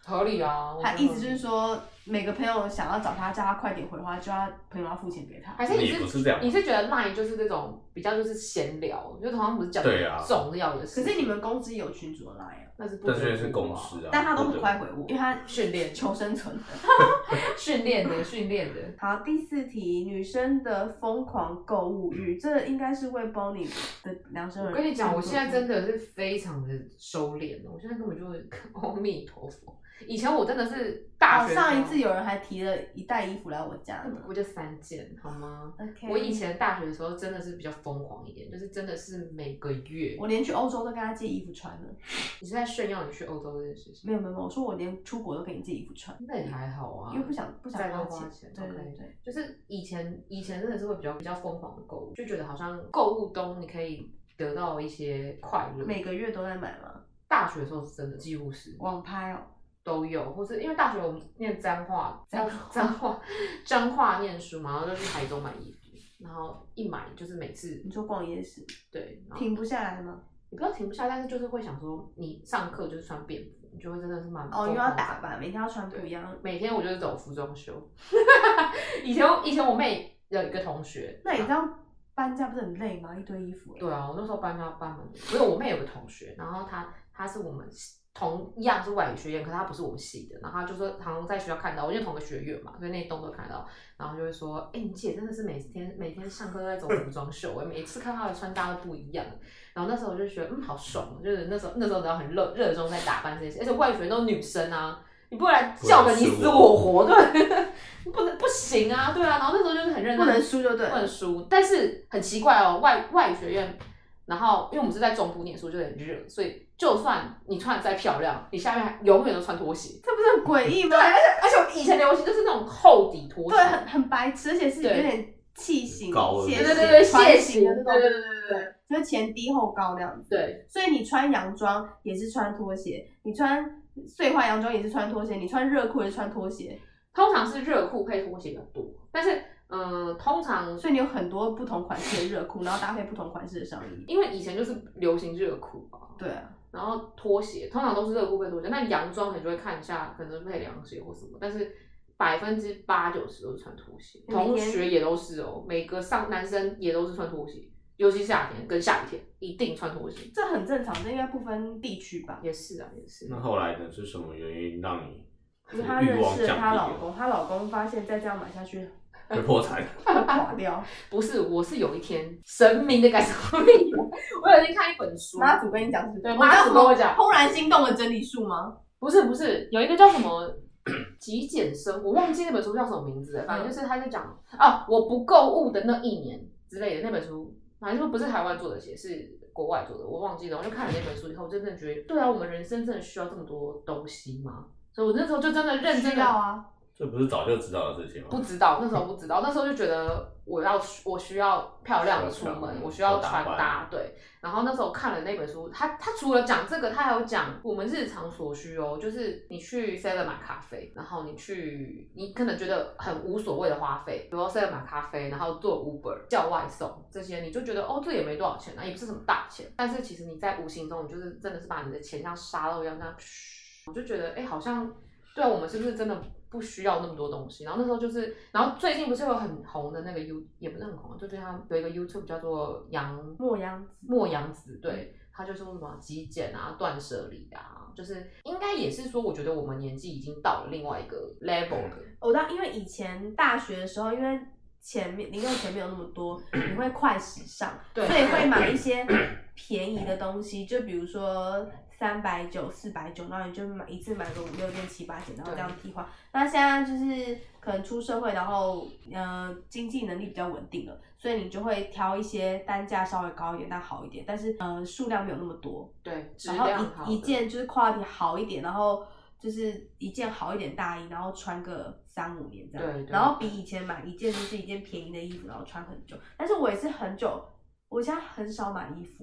合理啊。 他意思就是说，每个朋友想要找他，叫他快点回话，就要朋友要付钱给他。 还是你是不是这样？ 你是觉得 Line 就是这种比较就是闲聊，就通常不是讲重要的事。 可是你们公司有群主的 Line 啊？ 那是但是是公司啊， 但他都很快回我，因为他训练求生存的， 训练的训练的。 好，第四题，女生的疯狂购物欲，这应该是为 Bonnie 的量身而。 我跟你讲，我现在真的是非常的收敛了，我现在根本就阿弥陀佛。以前我真的是大学、 哦，上一次有人还提了一袋衣服来我家， 我就三件，好吗 ？OK。 我以前大学的时候真的是比较疯狂一点，就是真的是每个月， 我连去欧洲都跟他借衣服穿了。 你是在炫耀你去欧洲这件事情？ 没有没有，我说我连出国都给你借衣服穿。 那也还好啊， 因为不想不想花钱。 钱。 对对对， 就是以前以前真的是会比较比较疯狂的购物，就觉得好像购物中你可以得到一些快乐。 每个月都在买吗？ 大学的时候真的几乎是网拍哦。 都有，或是因为大学我们念彰化，彰彰化彰化念书嘛，然后就去台中买衣服，然后一买就是每次你说逛夜市， 对， 停不下来吗？ 你不要停不下来，但是就是会想说，你上课就是穿便服，你就会真的是蛮哦，因为要打扮，每天要穿不一样。 每天我就是走服装秀。以前以前我妹有一个同学， 那你这样搬家不是很累吗？一堆衣服。 对啊，我那时候搬家搬蛮多。不是我妹有个同学，然后她她是我们。同一样是外语学院，可是他不是我们系的。然后他就说，好像在学校看到，我因为同个学院嘛，所以那一栋都看到。然后就会说，哎、欸，你姐真的是每天每天上课都在走服装秀，哎，每次看她的穿搭都不一样。然后那时候我就觉得，嗯，好爽，就是那时候那时候只要很热热衷在打扮这些事，而且外语学院都是女生啊，你不会来叫个你死我活，对，不能不行啊，对啊。然后那时候就是很认真， 不能输就对， 不能输。但是很奇怪哦，外外语学院。然后，因为我们是在中部念书，就很热，所以就算你穿的再漂亮，你下面还永远都穿拖鞋， 这不是很诡异吗？ 对，而且而且我以前流行就是那种厚底拖鞋， 对，很很白痴，而且是有点器型、 楔对对对对，楔形的那种， 对对对对对， 就是前低后高那样子。 对， 所以你穿洋装也是穿拖鞋，你穿碎花洋装也是穿拖鞋，你穿热裤也是穿拖鞋。 通常是热裤配拖鞋比较多，但是。嗯，通常， 所以你有很多不同款式的热裤，然后搭配不同款式的上衣。 因为以前就是流行热裤吧。 对啊。 然后拖鞋通常都是热裤配拖鞋，那洋装你就会看一下，可能配凉鞋或什么，但是百分之八九十都是穿拖鞋。同学也都是哦，每个上男生也都是穿拖鞋，尤其夏天跟下雨天一定穿拖鞋。 这很正常，这应该不分地区吧？ 也是啊，也是。 那后来呢？是什么原因让你？ 因为她认识了她老公，她老公发现再这样买下去。 会破产， 会垮掉。 不是，我是有一天神明的感受力。我有一天看一本书， 妈祖跟你讲是， 对，妈祖跟我讲， 怦然心动的真理术吗？ 不是，不是，有一个叫什么极简生活，我忘记那本书叫什么名字了，反正就是他在讲啊，我不购物的那一年之类的那本书，反正说不是台湾做的写，是国外做的，我忘记了。我就看了那本书以后，真的觉得，对啊，我们人生真的需要这么多东西吗？所以我那时候就真的认真的啊。 这不是早就知道的事情吗？ 不知道，那时候不知道，那时候就觉得我要我需要漂亮的出门，我需要穿搭，对。然后那时候看了那本书，他他除了讲这个，他还有讲我们日常所需哦，就是你去 seven 买咖啡，然后你去你可能觉得很无所谓的花费，比如说 seven 买咖啡，然后做 Uber 叫外送这些，你就觉得哦这也没多少钱啊，也不是什么大钱，但是其实你在无形中，你就是真的是把你的钱像沙漏一样这样，我就觉得哎好像对啊，我们是不是真的？不需要那么多东西，然后那时候就是，然后最近不是有很红的那个 U， 也不是很红，就对他有一个 YouTube 叫做杨莫阳子， 莫阳子，对，他就说什么极简啊、断舍离啊，就是应该也是说，我觉得我们年纪已经到了另外一个 level 的。 我当因为以前大学的时候，因为前面零用钱没有那么多，你会快时尚，所以会买一些便宜的东西，就比如说。三百九、四百九，然后你就买一次买个五六件、七八件，然后这样替换。那现在就是可能出社会，然后呃经济能力比较稳定了，所以你就会挑一些单价稍微高一点但好一点，但是呃数量没有那么多。 对， 然后一一件就是 quality 好一点，然后就是一件好一点大衣，然后穿个三五年这样。 对, 对。 然后比以前买一件就是一件便宜的衣服，然后穿很久。但是我也是很久。我现在很少买衣服哎、欸，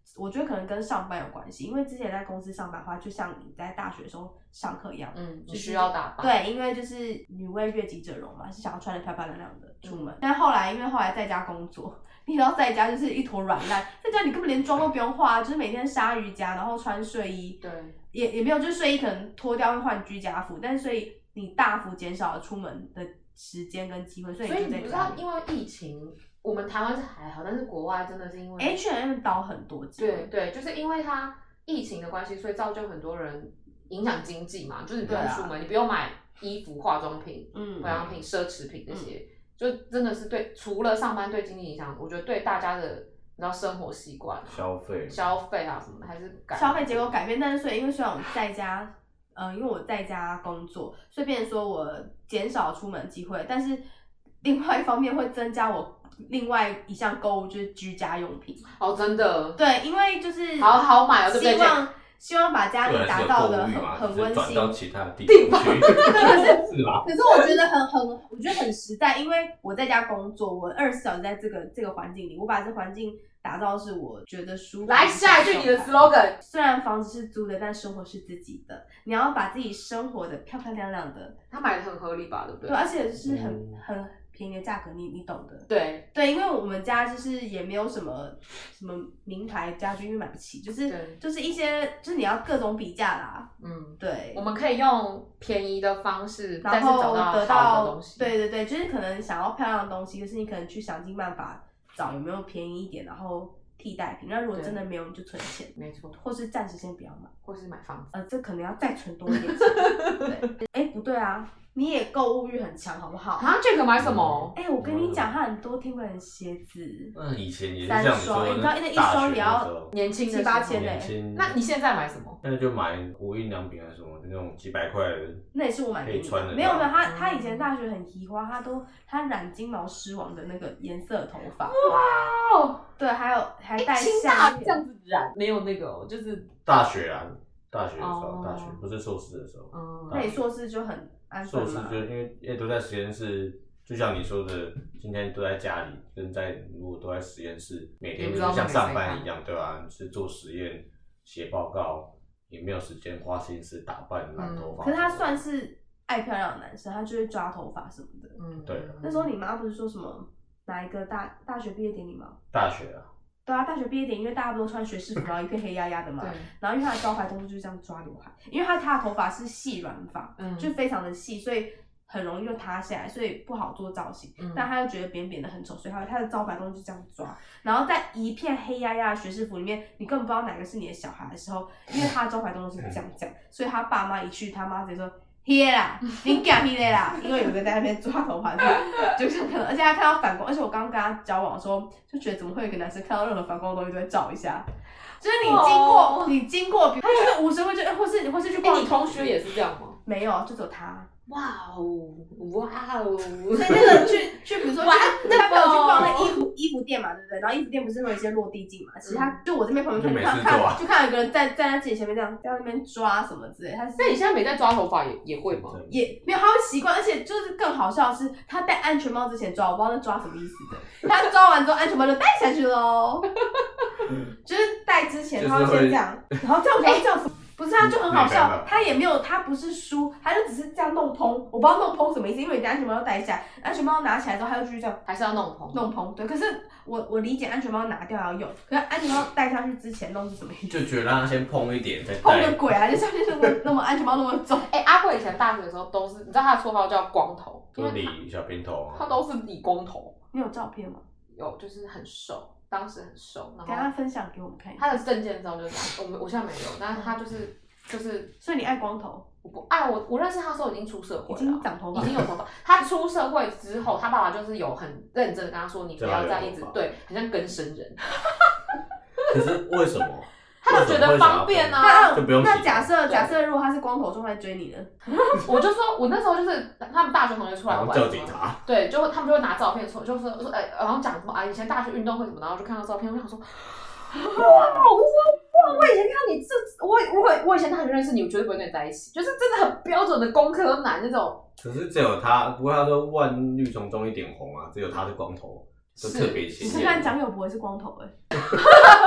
我觉得可能跟上班有关系，因为之前在公司上班的话，就像你在大学的时候上课一样， 嗯， 就是需要打扮。 对，因为就是女为悦己者容嘛，是想要穿得漂漂亮亮的出门。嗯、但后来因为后来在家工作，你知道在家就是一坨软烂，在家你根本连妆都不用化，就是每天杀瑜伽，然后穿睡衣， 对， 也也没有，就是睡衣可能脱掉会换居家服，但是所以你大幅减少了出门的时间跟机会，所以你就在家里。 所以你不知道，因为疫情。我们台湾是还好，但是国外真的是因为 H and M 倒很多次。 对对，就是因为它疫情的关系，所以造就很多人影响经济嘛。就是你不用出门，啊、你不用买衣服、化妆品、嗯、保养品、奢侈品这些，嗯、就真的是对除了上班对经济影响，我觉得对大家的你知道生活习惯、 消费、 消费啊什么的，还是改消费结构改变。但是所以因为虽然我在家，呃，因为我在家工作，所以变成说我减少出门机会，但是另外一方面会增加我。另外一项购物就是居家用品哦，真的对，因为就是好好买哦，对不对？ 希望希望把家里打造的很很温馨， 转到其他的地方去， 可是吧？ 可是我觉得很很，我觉得很实在，因为我在家工作，我二十四小时在这个这个环境里，我把这环境打造是我觉得舒服。 来下一句你的 slogan， 虽然房子是租的，但生活是自己的。你要把自己生活的漂漂亮亮的。 他买的很合理吧，对不对？ 对，而且就是很、嗯、很。便宜的价格，你你懂的。 对对，因为我们家就是也没有什么什么名牌家具，因为买不起，就是就是一些就是你要各种比价啦。嗯，对。 我们可以用便宜的方式， 然后得到好的东西。 对对对，就是可能想要漂亮的东西，可是你可能去想尽办法找有没有便宜一点，然后替代品。那如果真的没有，你就存钱， 没错， 或是暂时先不要买， 或是买房子。 呃，这可能要再存多一点钱。对，哎，不对啊。你也购物欲很强，好不好？ 啊 ，Jack 买什么？ 哎、欸，我跟你讲，他很多 Timberland 鞋子， 嗯，以前也是三双，你知道那一双也要年轻七八千嘞。 那你现在买什么？ 现在就买无印良品还是什么那种几百块的。 那也是我买给你的。没有没有，他他以前大学很奇花，他都他染金毛狮王的那个颜色的头发。哇哦！对，还有还戴项链这样子染，没有那个就是大学啊，大学的时候，大学不是硕士的时候。 嗯，那你硕士就很。 硕士就因为因为都在实验室，就像你说的，今天都在家里，跟在如果都在实验室，每天就是像上班一样，对吧、啊？是做实验、写报告，也没有时间花心思打扮、染头发、嗯。 可是他算是爱漂亮的男生，他就会抓头发什么的。 嗯，对。 那时候你妈不是说什么哪一个大大学毕业典礼吗？ 大学啊。 对啊，大学毕业典礼，因为大家不都穿学士服，然后一片黑压压的嘛。对。然后因为他的招牌动作就是这样抓刘海，因为他他的头发是细软发，嗯，就非常的细，所以很容易就塌下来，所以不好做造型。嗯。但他又觉得扁扁的很丑，所以他他的招牌动作就这样抓。然后在一片黑压压的学士服里面，你根本不知道哪个是你的小孩的时候，因为他的招牌动作是这样这样，所以他爸妈一去，他妈直接说。黑啦，你假黑的啦，因为有个在那边抓头发，就是可能，而且他看到反光，而且我刚刚跟他交往的时候，就觉得怎么会有一个男生看到任何反光的东西都会照一下，就是你经过，哦、你经过，他就是无声会就，或是或是去逛， 欸、你同学也是这样吗？ 没有，就只有他。 哇哦，哇哦！ 所以那个去去，比如说，就是他陪我去逛那衣服衣服店嘛，对不对？然后衣服店不是会有一些落地镜嘛？其实他就我这边旁边看看看，就看有个人在在他自己前面这样在那边抓什么之类。他是那你现在没在抓头发也也会吗？ 也没有，他会习惯，而且就是更好笑的是，他戴安全帽之前抓，我不知道那抓什么意思的。他抓完之后，安全帽就戴下去喽。就是戴之前他会先这样，然后这样这样。不是，他就很好笑，他也没有，他不是梳，他就只是这样弄蓬，我不知道弄蓬什么意思，因为你的安全帽要戴下来，安全帽拿起来之后，他就继续这样， 还是要弄蓬， 弄蓬，对。可是我我理解安全帽拿掉要用，可是安全帽戴下去之前弄是什么意思？ 就觉得让他先蓬一点再戴。 蓬个鬼啊！就上面那么那么安全帽那么重。 哎、欸，阿贵以前大学的时候都是，你知道他的绰号叫光头， 就理小平头、啊， 他都是理光头。 你有照片吗？ 有，就是很瘦。当时很瘦，然后给他分享给我们看一下。 他的证件照就是这样，我我现在没有，但是他就是就是， 所以你爱光头？ 我不爱我，我认识他的时候已经出社会了， 已经长头发， 已经有头发。他出社会之后，他爸爸就是有很认真的跟他说，你不要再一直对，很像更生人。 可是为什么？ 他就觉得方便啊， 就不用洗。 那假设假设如果他是光头状态追你呢？ 我就说，我那时候就是他们大学同学出来玩， 叫警察。对， 就他们就会拿照片说，就说说哎，然后讲什么啊，以前大学运动会什么，然后就看到照片，我想说，哇，我就说哇，我以前看到你这，我我我以前大学认识你，我绝对不会跟你在一起，就是真的很标准的工科男那种。 可是只有他，不过他说万绿丛中一点红啊，只有他是光头，就特别显眼。 你看蒋友柏也是光头哎。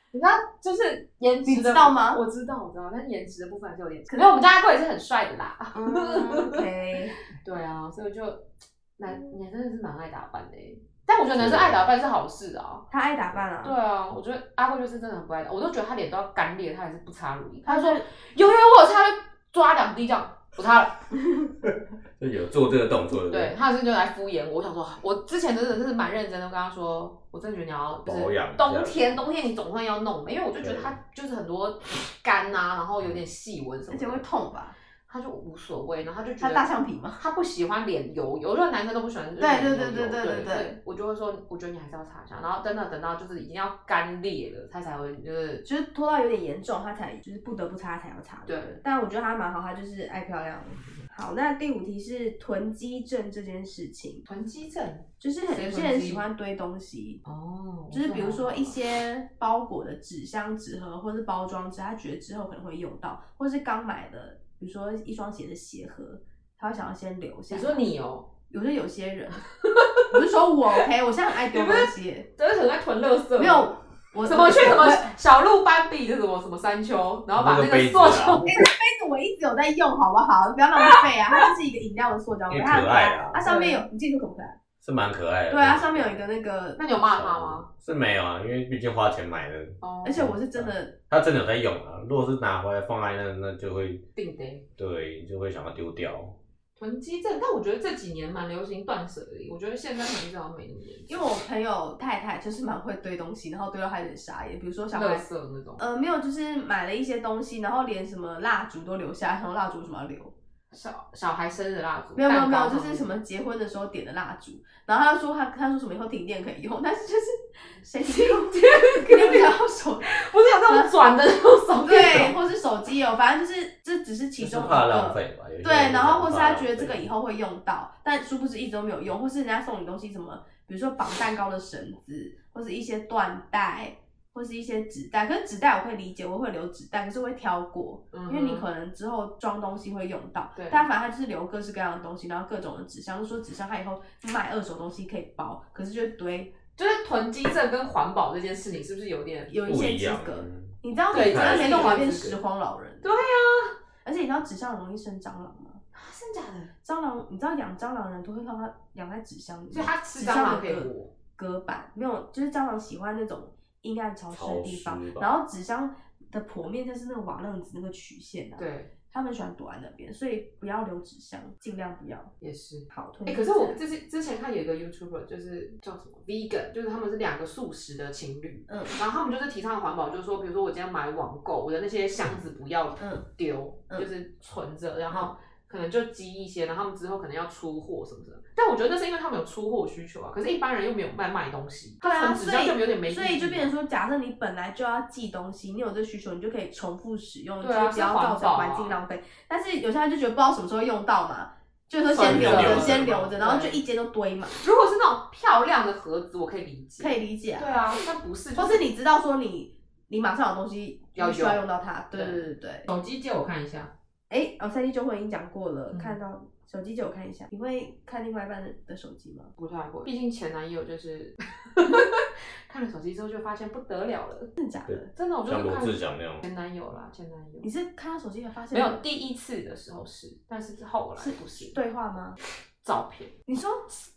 你知道，就是颜值的， 你知道吗？ 我知道，我知道，但颜值的部分还是有点。可是我们家阿贵也是很帅的啦。 嗯、OK， 对啊，所以我就男你真的是蛮爱打扮的耶。但我觉得男生爱打扮是好事啊。 他爱打扮啊。 对啊，我觉得阿贵就是真的很不爱打扮，我都觉得他脸都要干裂，他还是不擦乳液。他说有有我有擦，抓两滴这样。不擦了， 就有做这个动作的。 对，他是就来敷衍我。我想说，我之前真的是蛮认真的，跟他说，我真的觉得你要保养。 冬天，冬天你总算要弄，因为我就觉得他就是很多干啊，然后有点细纹什么的， 而且会痛吧。 他就无所谓，然后他就觉得他大橡皮嘛， 他不喜欢脸油油，我觉得男生都不喜欢脸油油。对对对对对对，我就会说，我觉得你还是要擦一下，然后等等等到就是已经要干裂了，他才会就是就是拖到有点严重，他才就是不得不擦才要擦。 对， 但我觉得他蛮好，他就是爱漂亮。好，那第五题是囤积症这件事情。 囤积症就是很有些人喜欢堆东西哦，就是比如说一些包裹的纸箱、纸盒或是包装纸，他觉得之后可能会用到，或是刚买的。比如说一双鞋的鞋盒，他会想要先留下。 你说你哦， 有些有些人，不是说我 OK， 我现在很爱丢东西， 真的很爱囤垃圾。 没有，我什么去什么小鹿斑比的什么什么山丘，然后把那个塑胶， 哎、欸，那杯子我一直有在用，好不好？不要浪费啊！它就是一个饮料的塑胶杯，它很可爱啊。它上面有，你自己说可不可爱？ 是蛮可爱的。 对啊，它上面有一个那个， 那你有骂他吗？ 是没有啊，因为毕竟花钱买的。 哦。而且我是真的， 他真的有在用啊。如果是拿回来放在那，那就会定得。 对，就会想要丢掉。 囤积症，但我觉得这几年蛮流行断舍离。我觉得现在囤积症好像没那么严重。 因为我朋友太太就是蛮会堆东西，然后堆到还有点傻眼。比如说小孩， 垃圾那种。 呃，没有，就是买了一些东西，然后连什么蜡烛都留下来，然后蜡烛为什么要留？ 小小孩生日蜡烛， 没有没有没有，就是什么结婚的时候点的蜡烛，然后他就说他他说什么以后停电可以用，但是就是谁停电肯定不要手， 不是有那种转的那种手对，或是手机有，反正就是这只是其中一个， 怕浪费吧？ 对，然后或是他觉得这个以后会用到，但殊不知一直都没有用，或是人家送你东西什么，比如说绑蛋糕的绳子，或是一些缎带。或是一些纸袋，可是纸袋我可以理解，我会留纸袋，可是我会挑过，嗯、因为你可能之后装东西会用到。对，但反正他就是留各式各样的东西，然后各种的纸箱，就说纸箱他以后卖二手东西可以包，可是就堆， 就是囤积症跟环保这件事情是不是有点有一些资格？你知道对， 你真的没弄完变拾荒老人。 对呀、啊， 而且你知道纸箱容易生蟑螂吗？ 真假的？ 蟑螂，你知道养蟑螂的人都会让它养在纸箱里， 所以它吃蟑螂可以活。 隔板没有，就是蟑螂喜欢那种阴暗潮湿的地方，然后纸箱的剖面就是那个瓦楞纸那个曲线啊， 对， 他们喜欢躲在那边，所以不要留纸箱，尽量不要。 也是好， 哎、欸，可是我之前之前看有一个 YouTuber， 就是叫什么 Vegan， 就是他们是两个素食的情侣，嗯，然后他们就是提倡环保，就是说，比如说我今天买网购，我的那些箱子不要丢，嗯，就是存着，然后可能就积一些，然后他们之后可能要出货什么的。但我觉得那是因为他们有出货需求啊，可是一般人又没有卖卖东西， 对啊， 所以就有点没意义， 所以就变成说，假设你本来就要寄东西，你有这需求，你就可以重复使用， 对啊， 就不要造成环境浪费。但是有些人就觉得不知道什么时候用到嘛，就是说先留着，先留着，然后就一间都堆嘛。 如果是那种漂亮的盒子，我可以理解， 可以理解啊。 对啊，但不是， 或是你知道说你你马上有东西要需要用到它，对对对对。 手机借我看一下。 哎，哦，三 D 救护已经讲过了，看到。手机借我看一下，你会看另外一半的手机吗？ 不太会，毕竟前男友就是看了手机之后就发现不得了了， 真的假的？ 真的，我就像罗志祥那种前男友啦，前男友。 你是看他手机才发现？ 没有，第一次的时候是，但是后来不是对话吗？ 照片。 你说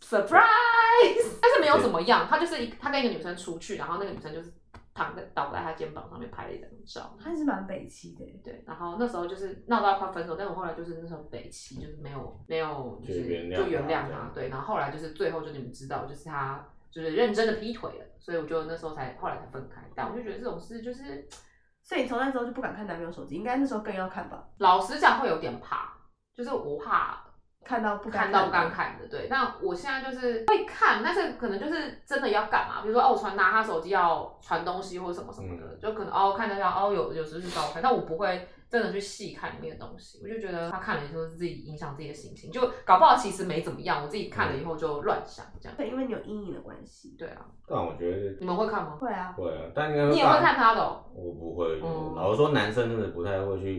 surprise， 但是没有怎么样，他就是他跟一个女生出去，然后那个女生就是躺在倒在他肩膀上面拍了一张照， 他是蛮北七的， 对。然后那时候就是闹到快分手，但我后来就是那时候北七，就是没有没有就是就原谅他，对。然后后来就是最后就你们知道，就是他就是认真的劈腿了，所以我就那时候才后来才分开。但我就觉得这种事就是， 所以你从那时候就不敢看男朋友手机，应该那时候更要看吧？ 老实讲会有点怕，就是我怕。 看到不看到不敢看的，对。那我现在就是会看，但是可能就是真的要干嘛？比如说哦，我传拿他手机要传东西或者什么什么的，嗯、就可能哦看得到哦有有时是照片，但我不会真的去细看里面的东西。我就觉得他看了以后是自己影响自己的心情，就搞不好其实没怎么样，我自己看了以后就乱想这样。 对，因为你有阴影的关系。 对啊。 但我觉得你们会看吗？ 会啊， 会啊，但应该你也会看他的、哦？ 我不会，嗯、老实说，男生真的不太会去一直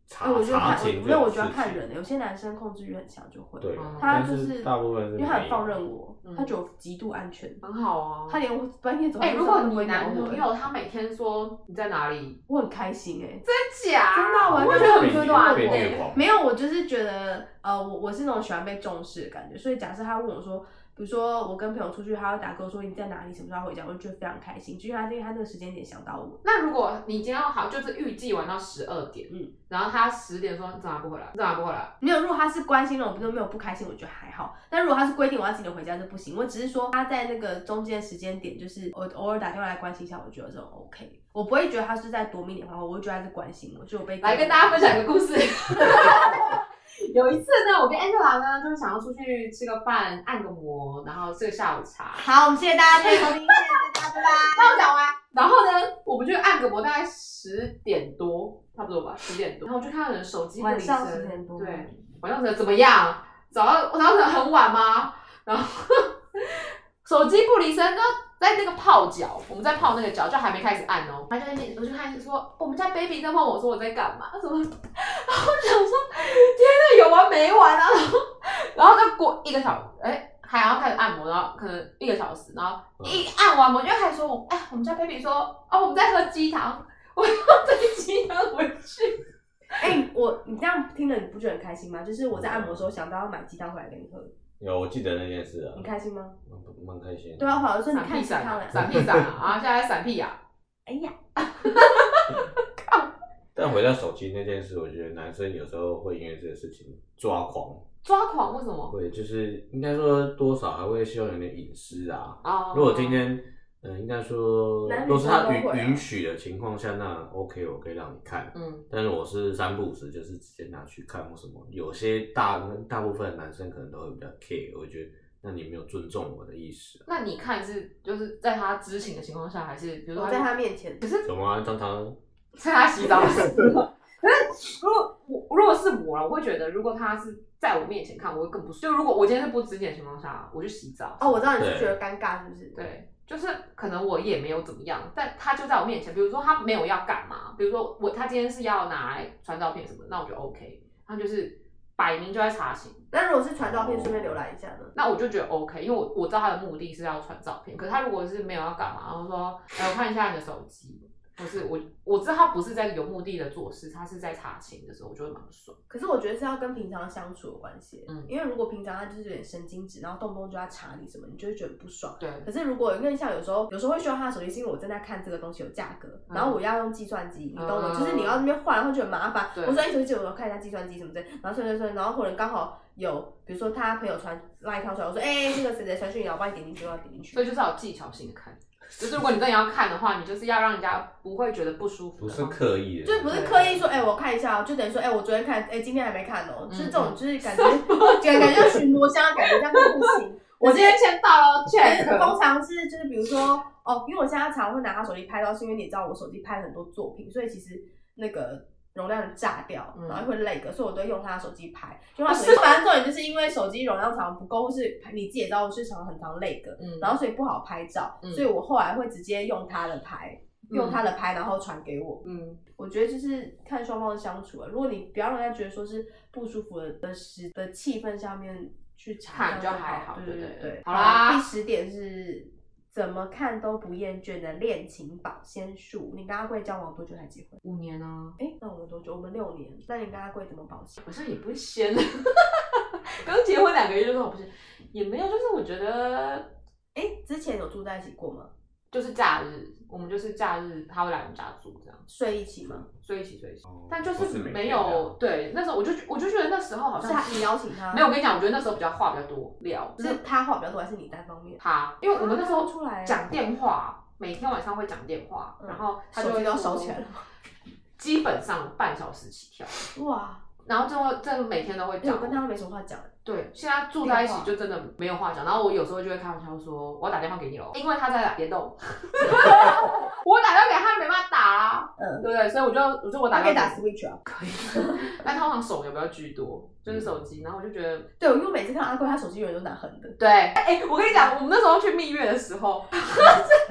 查、 欸、我觉得查情， 没有，我觉得要看人的，有些男生控制欲很强就会， 对， 他就是大部分是因为他很放任我，嗯、他觉得我极度安全， 很好啊。 他连我半夜走哎、欸，如果你男朋友他每天说你在哪里， 我很开心哎、欸， 真假？ 真的，我会觉得很多暖的。 没有，我就是觉得呃，我我是那种喜欢被重视的感觉，所以假设他问我说。比如说我跟朋友出去，他会打给我说你在哪里，什么时候回家，我就觉得非常开心，就因为他因为他那个时间点想到我。 那如果你今天好就是预计玩到十二点，嗯，然后他十点说你怎么不回来？你怎么不回来？ 没有，如果他是关心那种，不是没有不开心，我觉得还好。但如果他是规定我要几点回家，就不行。我只是说他在那个中间时间点，就是偶偶尔打电话来关心一下，我觉得这种 OK。我不会觉得他是在夺命点话，我会觉得他是关心我，就我被来跟大家分享一个故事。有一次呢，我跟 Angela 呢，就是想要出去吃个饭，按个摩，然后吃个下午茶。 好，我们谢谢大家收听，谢谢大家，拜拜。 那我讲完，然后呢，我们就按个摩，大概十点多，差不多吧，十点多。然后我就看到人手机不离身， 晚上十点多， 对，晚上十怎么样？早上早上很晚吗？然后手机不离身，就在那个泡脚，我们在泡那个脚，就还没开始按哦。他就在那，我就看说，我们家 baby 在问我说我在干嘛什么，然后我想说，天哪，有完没完啊？然后，然后再过一个小时，哎，还要开始按摩，然后可能一个小时，然后一按完摩就开始说，哎，我们家 baby 说，哦，我们在喝鸡汤，我要带鸡汤回去。 哎、欸，我你这样听了，你不觉得很开心吗？就是我在按摩的时候想到要买鸡汤回来给你喝。 有，我记得那件事啊。 你开心吗？ 蛮开心的。 对啊，好像说你看鸡汤了， 闪屁闪啊！啊，现在闪屁呀！ 哎呀， 但回到手机那件事，我觉得男生有时候会因为这个事情抓狂。 抓狂？为什么？ 会，就是应该说多少还会希望有点隐私啊。 哦。 如果今天。嗯，应该说都是他允允许的情况下，那 OK， 我可以让你看。嗯，但是我是三不五时就是直接拿去看或什么。有些大大部分的男生可能都会比较 care， 我觉得那你没有尊重我的意思。 那你看是就是在他知情的情况下，还是比如说在他面前？ 可是怎么啊？常常在他洗澡的时候。可是如果我如果是我了，我会觉得如果他是在我面前看，我会更不舒服。就如果我今天是不知情的情况下，我去洗澡。 哦，我知道你是觉得尴尬，是不是？ 对。就是可能我也没有怎么样，但他就在我面前，比如说他没有要干嘛，比如说我他今天是要拿来传照片什么的，那我就 OK， 他就是摆明就在查询。 那如果是传照片顺便浏览一下呢？ 那我就觉得 OK， 因为我我知道他的目的是要传照片，可是他如果是没有要干嘛，然后说哎我看一下你的手机。不是我，我知道他不是在有目的的做事，他是在查情的时候，我就会蛮不爽。 可是我觉得是要跟平常相处有关系，嗯，因为如果平常他就是有点神经质，然后动不动就要查你什么，你就会觉得不爽。 对。 可是如果因为像有时候，有时候会需要他的手机，是因为我正在看这个东西有价格，嗯、然后我要用计算机，你懂我？嗯、就是你要那边换，然后就很麻烦。我说哎，手机借我看一下计算机什么的，然后算算算，然后可能刚好有，比如说他朋友传拉一条出来，我说哎，这、欸、个谁谁传讯，我帮你点进去，我要点进去。 所以就是要有技巧性的看。就是如果你真的要看的话，你就是要让人家不会觉得不舒服， 不是刻意的， 就不是刻意说，哎、欸，我看一下，就等于说，哎、欸，我昨天看，哎、欸，今天还没看哦、喔，就是这种，就是感觉，感感觉巡逻箱的感觉，这样就不行。 我今天签到了 check， 通常是就是比如说，哦，因为我现在常会拿他手机拍照，是因为你知道我手机拍了很多作品，所以其实那个。容量炸掉，然后会累个，所以我都会用他的手机拍。用他手机，反正重点就是因为手机容量常常不够，或是你自己也知道我是常很常累个，嗯、然后所以不好拍照，嗯、所以我后来会直接用他的拍，嗯、用他的拍，然后传给我。嗯，我觉得就是看双方的相处啊。如果你不要让人家觉得说是不舒服的的时的气氛下面去查， 就还好。 对对对对。 好啦， 第十点是。怎么看都不厌倦的恋情保鲜术。你跟阿贵交往多久才结婚？ 五年啊。 哎、欸，那我们多久？我们六年。那你跟阿贵怎么保鲜？ 好像也不是鲜，刚结婚两个月就说不是，也没有，就是我觉得， 哎、欸，之前有住在一起过吗？ 就是假日，我们就是假日，他会来我们家住，这样睡一起吗？ 睡一起，睡一起，哦、但就是没有对。那时候我就我就觉得那时候好像是你邀请他， 没有。我跟你讲，我觉得那时候比较话比较多料， 是他话比较多，还是你单方面？ 他，因为我们那时候出来讲电话，每天晚上会讲电话，嗯、然后他就会要烧起来了， 基本上半小时起跳。 哇！ 然后最后真的每天都会讲， 我跟他没什么话讲。 对，现在住在一起就真的没有话讲。然后我有时候就会开玩笑说，我要打电话给你了，因为他在打电动。我打电话给他没办法打啊，嗯，对不对？所以我就我就我打电话可以打 Switch 啊， 可以。但通常手游比较居多，就是手机。然后我就觉得， 对，因为每次看阿贵，他手机永远都拿横的。 对，哎、欸，我跟你讲，我们那时候去蜜月的时候。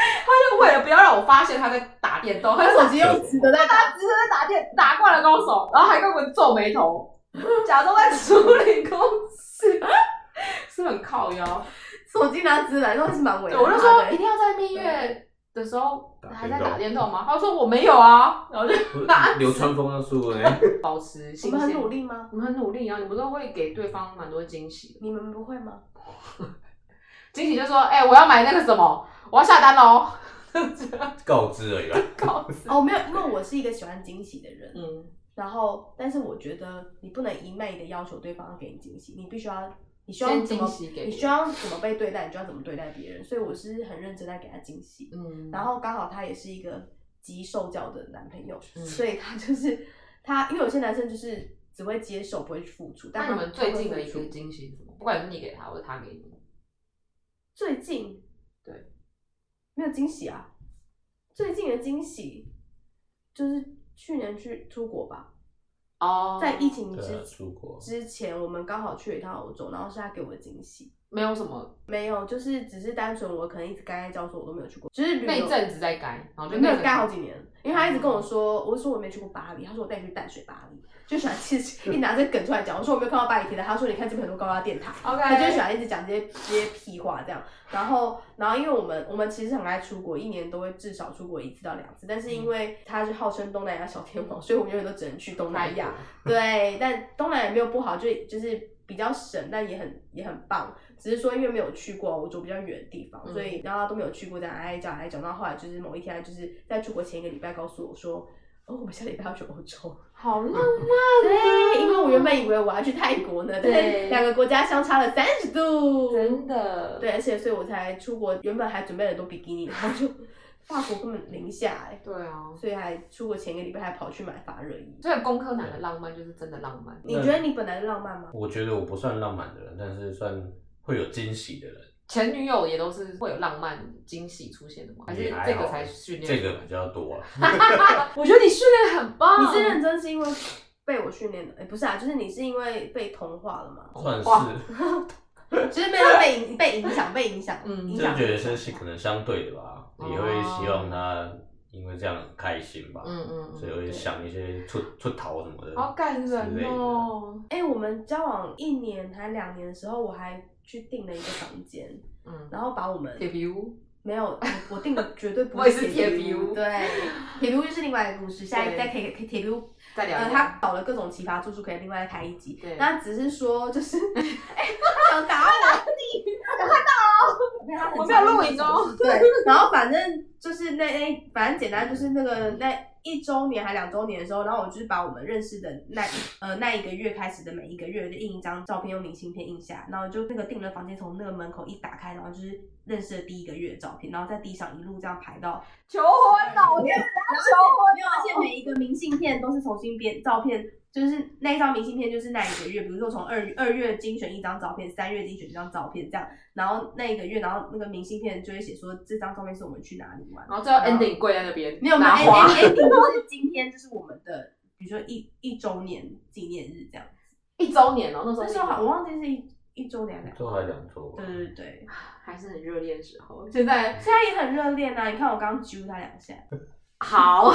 他就为了不要让我发现他在打电动，他手机用直的在打，直的在打电打过来跟我手，然后还跟我们皱眉头，假装在处理公事，是很靠腰。 手机拿直来，那还是蛮伟大的。 我就说一定要在蜜月的时候还在打电动吗？他说我没有啊，然后就拿流川枫的书哎， 保持新鲜。 我们很努力吗？ 我们很努力啊，你们都会给对方蛮多惊喜。 你们不会吗？ 惊喜就说，哎、欸，我要买那个什么，我要下单喽。 告知而已啦。 告知哦，没有，因为我是一个喜欢惊喜的人， 嗯， 然后，但是我觉得你不能一昧的要求对方要给你惊喜，你必须要，你需要怎么，你需要怎么被对待，你就要怎么对待别人。所以我是很认真在给他惊喜，嗯，然后刚好他也是一个极受教的男朋友，嗯、所以他就是他，因为有些男生就是只会接受不会付出。但那你们最近的一个惊喜是什么？不管是你给他或者他给你。 最近对， 没有惊喜啊。最近的惊喜就是去年去出国吧。哦、oh, 在疫情之之前，我们刚好去了一趟欧洲，然后是他给我的惊喜。 没有什么， 没有，就是只是单纯我可能一直待在教授，我都没有去过，就是旅游那一阵子在待，然后就没有待好几年，因为他一直跟我说，我说我没去过巴黎，他说我带你去淡水巴黎，就喜欢其实一拿这个梗出来讲，我说我没有看到巴黎铁塔，他说你看这边很多高压电塔， okay. 他就喜欢一直讲这些这些屁话这样，然后然后因为我们我们其实很爱出国，一年都会至少出国一次到两次，但是因为他是号称东南亚小天王，所以我们永远都只能去东南亚，对，但东南亚没有不好，就就是比较省，但也很也很棒。只是说因为没有去过欧洲比较远的地方，嗯、所以然后都没有去过，这样挨讲挨讲。然后后来就是某一天，就是在出国前一个礼拜告诉我说，哦，我们下礼拜要去欧洲， 好浪漫、啊。 对，因为我原本以为我要去泰国呢，对，两个国家相差了三十度， 真的。 对，而且所以我才出国，原本还准备了很多比基尼，然后就。法国根本零下哎、欸， 对啊， 所以还出国前一个礼拜还跑去买发热衣。 所以工科男的浪漫就是真的浪漫。 你觉得你本来是浪漫吗？ 我觉得我不算浪漫的人，但是算会有惊喜的人。 前女友也都是会有浪漫惊喜出现的吗？还是这个才训练？ 这个比较多啊。 我觉得你训练很棒。 你是认真是因为被我训练的？哎、欸，不是啊，就是你是因为被同化了嘛？ 算是。 就是没有被影被影响，被影响，嗯，影响。 就觉得是可能相对的吧，哦、也会希望他因为这样很开心吧，嗯嗯，所以会想一些出出逃什么的， 好感人哦。 哎、欸，我们交往一年还两年的时候，我还去订了一个房间，嗯，然后把我们铁皮屋没有，我订的绝对不是铁皮屋， 对，铁皮屋就是另外一个故事，下一再可以铁皮屋。 再聊一呃，他搞了各种奇葩住宿，可以另外开一集。对，那只是说，就是，哎、欸，他想打我，你有看到哦？ 我没有录影哦。 对，然后反正就是那那，反正简单就是那个那一周年还两周年的时候，然后我就是把我们认识的那呃那一个月开始的每一个月就印一张照片，用明信片印下，然后就那个订了房间，从那个门口一打开，然后就是认识的第一个月的照片，然后在地上一路这样排到求婚了，我天，求婚！ 没有，而且每一个明信片都是重新编照片，就是那一张明信片就是那一个月，比如说从二二月精选一张照片，三月精选一张照片这样，然后那一个月，然后那个明信片就会写说这张照片是我们去哪里玩， 然后最后 ending 跪在那边， 没有没有 ending ending 就是今天就是我们的，比如说一一周年纪念日这样子， 一周年哦，那时候那时候好我忘记是一一周年两周还两周， 对对对， 还是很热恋的时候，现在现在也很热恋啊，你看我刚刚揪他两下。 好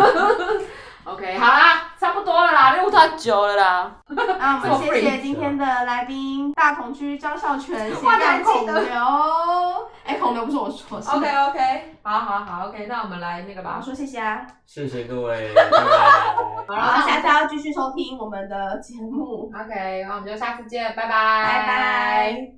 ，OK， 好啦，差不多了啦，录太久了啦。 啊，我们谢谢今天的来宾，大同区张孝全，斜杠孔刘。哎、欸，孔刘不是我说。 OK OK， 好好好 OK， 那我们来那个吧， 说谢谢啊。 谢谢各位，拜拜。 好，下次要继续收听我们的节目。 OK， 那我们就下次见，拜拜。 拜拜。